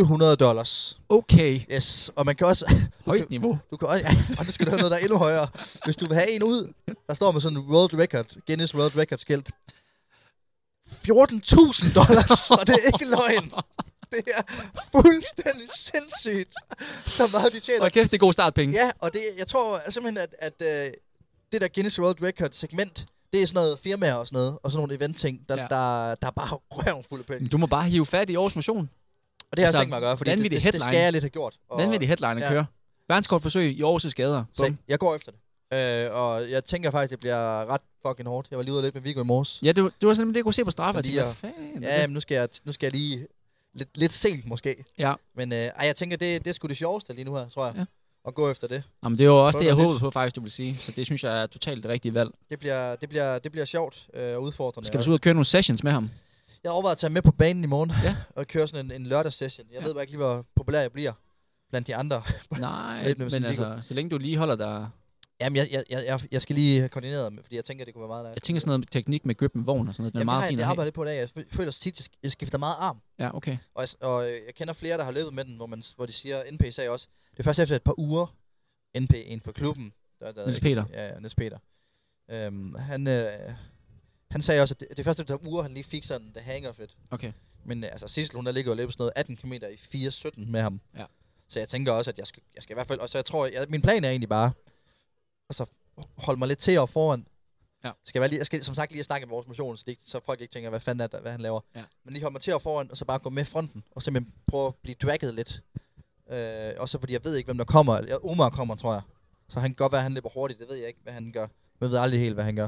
S4: $800.
S5: Okay.
S4: Yes, og man kan også...
S5: Højt niveau.
S4: Du kan også, og det skal du have noget, der er endnu højere. Hvis du vil have en ud, der står med sådan en World Record, Guinness World Record skilt. $14,000, og det er ikke løgn. Det er fuldstændig sindssygt, så meget de tjener.
S5: Og kæft, det er god startpenge.
S4: Ja, og jeg tror simpelthen, at det der Guinness World Record segment, det er sådan noget firmaer og sådan noget, og sådan nogle event-ting, der er bare røven fuld af penge.
S5: Du må bare hive fat i Aarhus Motion.
S4: Og det har jeg tænkt mig at gøre, fordi det skal jeg lidt have gjort.
S5: Vanvittig headline at køre. Verdenskortforsøg i Aarhus' gader.
S4: Så jeg går efter det. Og jeg tænker faktisk, det bliver ret fucking hårdt. Jeg var lige ude lidt med Viggo i morges.
S5: Ja, du var simpelthen det, jeg kunne se på straffe.
S4: Men nu skal jeg lige lidt sent måske.
S5: Ja.
S4: Men jeg tænker, det er sgu det sjoveste lige nu her, tror jeg. Ja. At gå efter det.
S5: Jamen, det er jo også det, jeg håbede på faktisk, du vil sige. Så det synes jeg er totalt det rigtige valg.
S4: Det bliver sjovt og udfordrende.
S5: Skal du så ud og køre nogle sessions med ham?
S4: Jeg overvejer at tage med på banen i morgen. Ja. Og køre sådan en lørdagssession. Jeg ved bare ikke lige, hvor populær jeg bliver blandt de andre.
S5: Nej, men altså, så længe du lige holder dig...
S4: Jamen, jeg skal lige have koordineret med, fordi jeg tænker, det kunne være meget nice.
S5: Jeg tænker sådan noget teknik med grip med vogn og sådan noget. Det er meget fint.
S4: Jeg arbejder lidt på i dag. Jeg føler tit, jeg skifter meget arm.
S5: Ja, okay.
S4: Og jeg kender flere, der har løbet med den, hvor de siger, NP sagde også, det er først efter et par uger, NP, en for klubben.
S5: Niels Peter.
S4: Ja, Niels Peter. Han sagde også, at det første der uger, han lige fik sådan the hang of it.
S5: Okay.
S4: Men altså, Sissel, hun har ligget og løbet sådan noget 18 km i 4.17 med ham.
S5: Ja.
S4: Så jeg tænker også, at jeg skal i hvert fald... Og så jeg tror, min plan er egentlig bare... Altså, holde mig lidt til og foran.
S5: Ja.
S4: Jeg skal som sagt lige snakke med vores motion, så folk ikke tænker, hvad fanden er det, hvad han laver.
S5: Ja.
S4: Men lige holde mig til og foran, og så bare gå med fronten. Og simpelthen prøve at blive dragget lidt. Også fordi jeg ved ikke, hvem der kommer. Omar kommer, tror jeg. Så han kan godt være, at han løber hurtigt. Det ved jeg ikke, hvad han gør. Jeg ved aldrig helt, hvad han gør.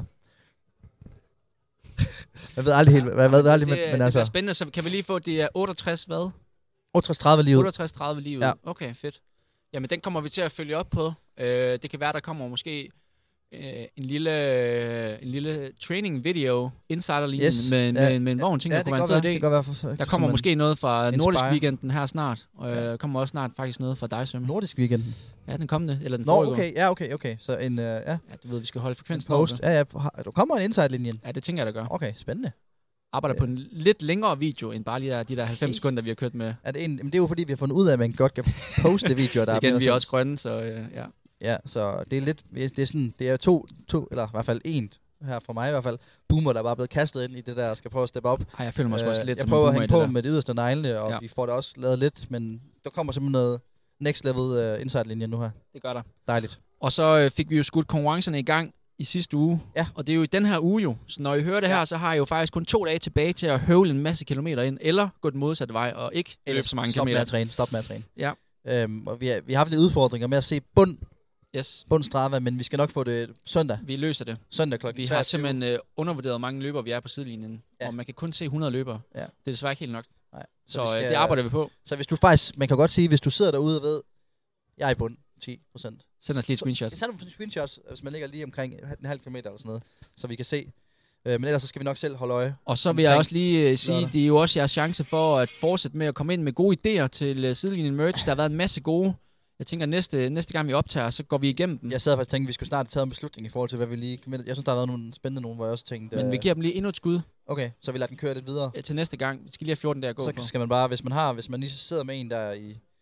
S4: Jeg ved aldrig helt, men altså...
S5: Det er spændende, så kan vi lige få, det er 68 hvad?
S4: 68-30 lige ud.
S5: 68-30 lige ud.
S4: Ja.
S5: Okay, fedt. Jamen, den kommer vi til at følge op på. Det kan være, der kommer måske en lille training video insiderlinjen med en vogn. Tænker,
S4: det
S5: kunne være en fed idé. Der kommer måske noget fra Nordisk Weekenden her snart. Og der kommer også snart faktisk noget fra dig, Sømme.
S4: Nordisk Weekenden?
S5: Ja, den kommende, eller den forrige.
S4: Okay. Så en,
S5: Ja, du ved, vi skal holde frekvensen
S4: post. Ja, der kommer en inside-linjen.
S5: Ja, det tænker jeg, der gør.
S4: Okay, spændende.
S5: Arbejder på en lidt længere video, end bare lige de der 90 sekunder, vi har kørt med.
S4: Men det er jo fordi, vi har fundet ud af, at man godt kan poste videoer, der
S5: igen, vi er også grønne, så ja.
S4: Ja, så det er lidt, det er sådan, det er to, eller i hvert fald en, her fra mig i hvert fald, boomer, der er bare blevet kastet ind i det der, skal prøve at steppe op.
S5: Ej, jeg føler mig også lidt
S4: jeg
S5: som
S4: prøver
S5: en
S4: at
S5: boomer
S4: hænge
S5: i
S4: på
S5: det
S4: med det yderste neglene, og vi får det også lavet lidt, men der kommer simpelthen noget next level inside-linje nu her.
S5: Det gør der.
S4: Dejligt.
S5: Og så fik vi jo skudt konkurrencerne i gang i sidste uge.
S4: Ja.
S5: Og det er jo i den her uge jo. Så når I hører det her, så har jeg jo faktisk kun 2 dage tilbage til at høvle en masse kilometer ind, eller gå den modsatte vej, og ikke løbe så mange kilometer.
S4: Stop med at træne.
S5: Ja.
S4: Og vi har haft lidt udfordringer med at se bund Strava, men vi skal nok få det søndag.
S5: Vi løser det.
S4: Søndag klokken 23.
S5: Vi har simpelthen undervurderet mange løbere, vi er på sidelinjen. Ja. Og man kan kun se 100 løbere. Ja. Det er desværre ikke helt nok.
S4: Nej.
S5: Så det arbejder vi på.
S4: Så hvis du faktisk, man kan godt sige, hvis du sidder derude og ved, jeg er i bund 10%.
S5: Send os lige et screenshot.
S4: Send os screenshots, hvis man ligger lige omkring en halv kilometer eller sådan noget, så vi kan se. Men ellers så skal vi nok selv holde øje.
S5: Og så vil jeg også lige sige, det er jo også jeres chance for at fortsætte med at komme ind med gode idéer til sidelinjen merch. Der har været en masse gode. Jeg tænker, næste gang vi optager, så går vi igennem dem.
S4: Jeg sad faktisk og tænkte, at vi skulle snart tage en beslutning i forhold til, hvad vi lige... Jeg synes, der har været nogle spændende nogle, hvor jeg også tænkte...
S5: Men vi giver dem lige endnu et skud.
S4: Okay, så vi lader den køre lidt videre.
S5: Ja, til næste gang. Vi skal lige have 14 dage at gå
S4: så
S5: på.
S4: Så skal man bare, hvis man lige sidder med en, der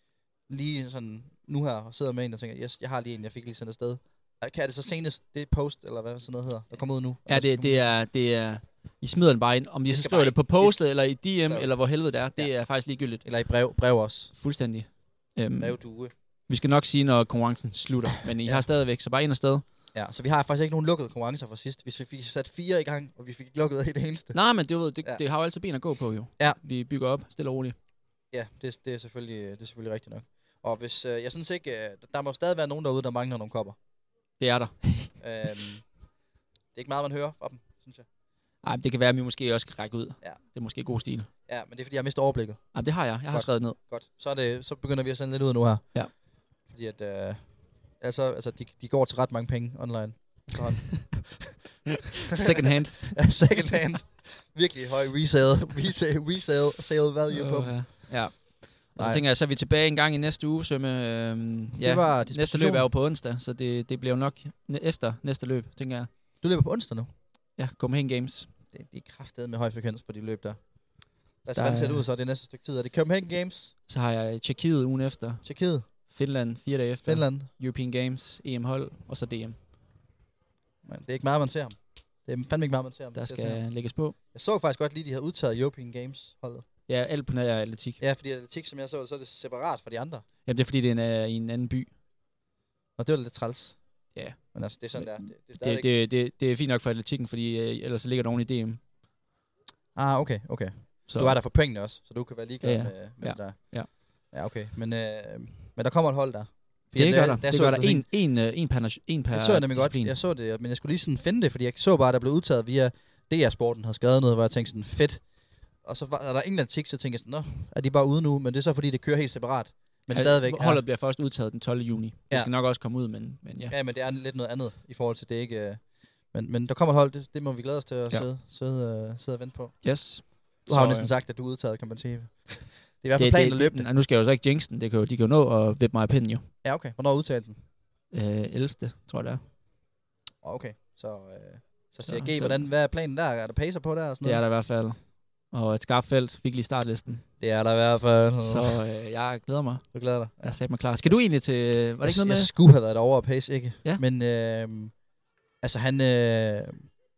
S4: lige sådan nu her, og sidder med en, der tænker, yes, jeg har lige en, jeg fik lige sendt afsted. Kan det så senest, det post, eller hvad sådan noget hedder, der kommer ud nu?
S5: Ja, det er... I smider den bare ind. Om de så skriver det på postet, eller i DM, eller hvor helvede det er, det er faktisk ligegyldigt.
S4: Eller i brev også.
S5: Fuldstændig.
S4: Brevdue.
S5: Vi skal nok sige, når konkurrencen slutter, men I har stadigvæk, så bare ind afsted.
S4: Ja, så vi har faktisk ikke nogen lukkede konkurrencer fra sidst. Vi fik sat 4 i gang, og vi fik lukket det eneste.
S5: Nej, men det har jo altid ben at gå på, jo.
S4: Ja.
S5: Vi bygger op stille og roligt.
S4: Ja, det er selvfølgelig rigtigt nok. Og hvis, jeg synes ikke, der må stadig være nogen derude, der mangler nogle kopper.
S5: Det er der.
S4: Det er ikke meget, man hører fra dem, synes jeg.
S5: Ej, det kan være, at vi måske også kan række ud. Ja. Det er måske god stil.
S4: Ja, men det er fordi, jeg har mistet overblikket.
S5: Ej, det har jeg. Jeg har skrevet ned.
S4: Godt. Så begynder vi at sende lidt ud nu her.
S5: Ja.
S4: Fordi at, altså de går til ret mange penge online.
S5: Second hand.
S4: Ja, second hand. Virkelig høj resale value på dem.
S5: Ja. Og så tænker jeg, så er vi tilbage en gang i næste uge, Sømme. Næste løb er jo på onsdag, så det bliver jo nok efter næste løb, tænker jeg.
S4: Du løber på onsdag nu?
S5: Ja, Copenhagen Games.
S4: Det er kraftedeme med høj frekvens på de løb der. Altså, hvordan ser det ud så det næste stykke tid? Er det Copenhagen Games?
S5: Så har jeg Tjekkiet ugen efter.
S4: Tjekkiet?
S5: Finland 4 dage efter.
S4: Finland.
S5: European Games, EM-hold, og så DM.
S4: Men det er ikke meget, man ser ham. Det er fandme ikke meget, man ser ham.
S5: Der skal lægges på.
S4: Jeg så faktisk godt lige, de havde udtaget European Games holdet.
S5: Ja, alt på nær atletik.
S4: Ja, fordi atletik, som jeg så er det separat fra de andre.
S5: Jamen, det er fordi, det er i en anden by.
S4: Og det var lidt træls.
S5: Ja.
S4: Men altså, det er sådan
S5: der. Det er fint nok for atletikken, fordi ellers så ligger der oven i DM.
S4: Ah, okay. Så. Du er der for pointene også, så du kan være ligeglad med det der. Ja. Ja, okay. Men der kommer et hold der.
S5: Det gør der. Det gør der en per
S4: det så jeg nemlig godt. Jeg så det, men jeg skulle lige sådan finde det, fordi jeg så bare, der blev udtaget via DR-sporten, havde skrevet noget, hvor jeg tænkte sådan, fedt. Og så var der ingen atletik, så tænkte jeg sådan, er de bare ude nu? Men det er så fordi, det kører helt separat. Men stadigvæk.
S5: Holdet bliver først udtaget den 12. juni. Det skal nok også komme ud, men ja.
S4: Ja, men det er lidt noget andet i forhold til det, ikke? Men der kommer et hold, det må vi glæde os til at sidde og vente på.
S5: Yes.
S4: Du har jo næsten sagt, at du er udtaget, kan man sige. Det er i hvert fald planen at løbe det.
S5: Nu skal jeg jo så ikke jinx den. De kan jo nå at vippe mig af pinden jo.
S4: Ja, okay. Hvornår udtalte den?
S5: 11. tror jeg det er.
S4: Okay. Så CRG, hvad er planen der? Er der pacer på der? Og sådan
S5: det er der i hvert fald. Og et skarpt felt. Fik lige startlisten.
S4: Det er der i hvert fald.
S5: Så jeg glæder mig.
S4: Du glæder dig?
S5: Jeg sagde mig klar. Skal du egentlig til... Var det ikke noget med?
S4: Jeg skulle have været derovre og pace, ikke?
S5: Ja.
S4: Men altså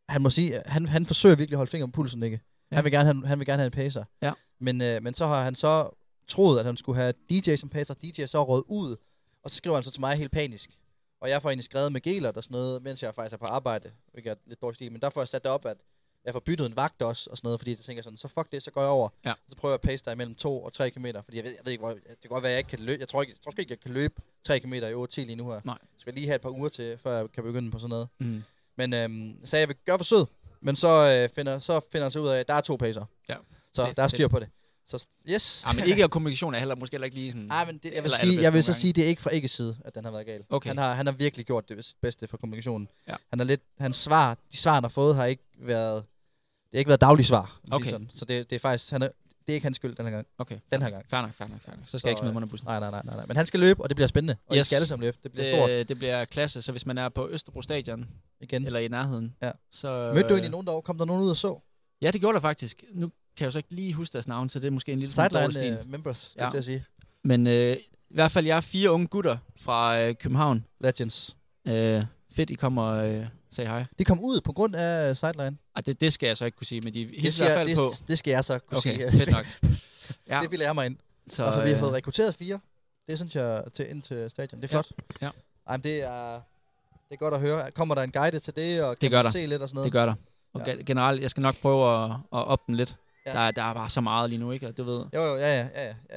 S4: han må sige, han forsøger virkelig at holde fingeren på pulsen, ikke? Ja. Han vil gerne have en pacer.
S5: Ja.
S4: Men så har han så troet, at han skulle have DJ som pacer. DJ er så røget ud, og så skriver han så til mig helt panisk. Og jeg får egentlig skrevet med Gelert og sådan noget, mens jeg faktisk er på arbejde. Hvilket er lidt dårligt stil, men der får jeg sat det op, at jeg får byttet en vagt også, og sådan noget, fordi jeg tænker sådan, så fuck det, så går jeg over.
S5: Ja.
S4: Så prøver jeg at pace der imellem 2 og 3 km, fordi jeg ved ikke, det kan godt være, jeg ikke kan løbe. Jeg tror ikke, jeg kan løbe 3 km i 8 lige nu her.
S5: Nej.
S4: Jeg skal lige have et par uger til, før jeg kan begynde på sådan noget. Mm. Men så jeg vil gøre forsøget, men så finder han sig ud af, at der er 2 pacer. Ja. Så der er styr på det. Så yes.
S5: Ja, men ikke af kommunikation er heller måske heller ikke lige sådan...
S4: Nej, men jeg vil så sige, det er ikke fra ikke side, at den har været gal.
S5: Okay.
S4: Han har virkelig gjort det bedste for kommunikationen. Ja. De svar, han har fået, har ikke været... Det har ikke været daglige svar.
S5: Okay.
S4: Sådan. Så det er faktisk... Det er ikke hans skyld den her gang.
S5: Okay.
S4: Den her gang.
S5: Fair nok. Så skal jeg ikke smide mig under bussen.
S4: Nej. Men han skal løbe, og det bliver spændende. Og I skal alle sammen løbe. Det bliver stort.
S5: Det bliver klasse, så hvis man er på Østerbro Stadion, igen, eller i nærheden, så...
S4: Mødte du egentlig nogen derovre? Kom der nogen ud og så?
S5: Ja, det gjorde der faktisk. Nu kan jeg jo så ikke lige huske deres navn, så det er måske en lille
S4: sideline members, skal jeg til at sige.
S5: Men i hvert fald, jeg er 4 unge gutter fra København.
S4: Legends.
S5: Fedt, I kommer og sagde hej.
S4: De kom ud på grund af sideline?
S5: Det skal jeg så ikke kunne sige, men de hilser i hvert fald på.
S4: Det skal jeg så kunne sige.
S5: Fedt nok.
S4: Ja. Det vil jeg mig ind. Så, og for vi har fået rekrutteret 4. Det synes jeg ind til stadion. Det er flot.
S5: Ja.
S4: Ej, men det er godt at høre. Kommer der en guide til det, og kan man se lidt og sådan noget?
S5: Det gør der. Og generelt, jeg skal nok prøve at op den lidt. Ja. Der er bare så meget lige nu, ikke? Og du ved.
S4: Jo, ja.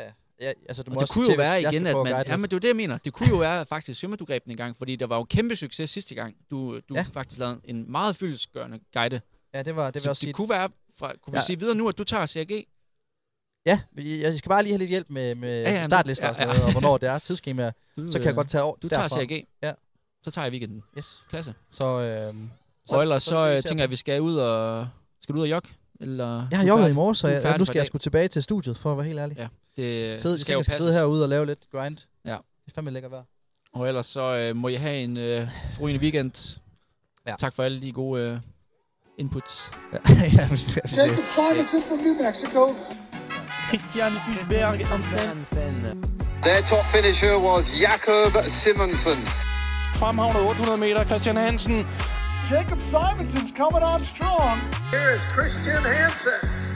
S4: Altså,
S5: det kunne jo være igen, at man... Ja, men det er jo det, jeg mener. Det kunne jo være faktisk Sømme, du greb den i gang, fordi der var jo kæmpe succes sidste gang. Du faktisk lavede en meget fyldestgørende guide.
S4: Ja, det var også
S5: det kunne være... Kunne vi sige videre nu, at du tager CRG?
S4: Ja, jeg skal bare lige have lidt hjælp med startlister og sådan noget, og hvornår det er, tidsskemaer. Så kan jeg godt tage over
S5: Du
S4: derfra.
S5: tager CRG? Ja. Så tager jeg weekenden.
S4: Yes.
S5: Klasse.
S4: Og
S5: ellers så tænker jeg, at vi skal ud og... Skal du ud og jogge? Eller
S4: jeg har jogget i morges, så nu skal jeg sgu tilbage til studiet, for at være helt ærlig.
S5: Ja, det
S4: skal jeg sidde herude og lave lidt grind. Ja. Det er fandme lækker vejr.
S5: Og ellers så må jeg have en forrygende weekend. Ja. Tak for alle de gode inputs.
S1: Jacob Simonson from New Mexico.
S2: Christian Hulberg Hansen.
S3: Their top finisher was Jakob Simonsen.
S2: Fremhavnet 800 meter, Christian Hansen.
S1: Jacob Simonson's coming on strong.
S3: Here is Christian Hansen.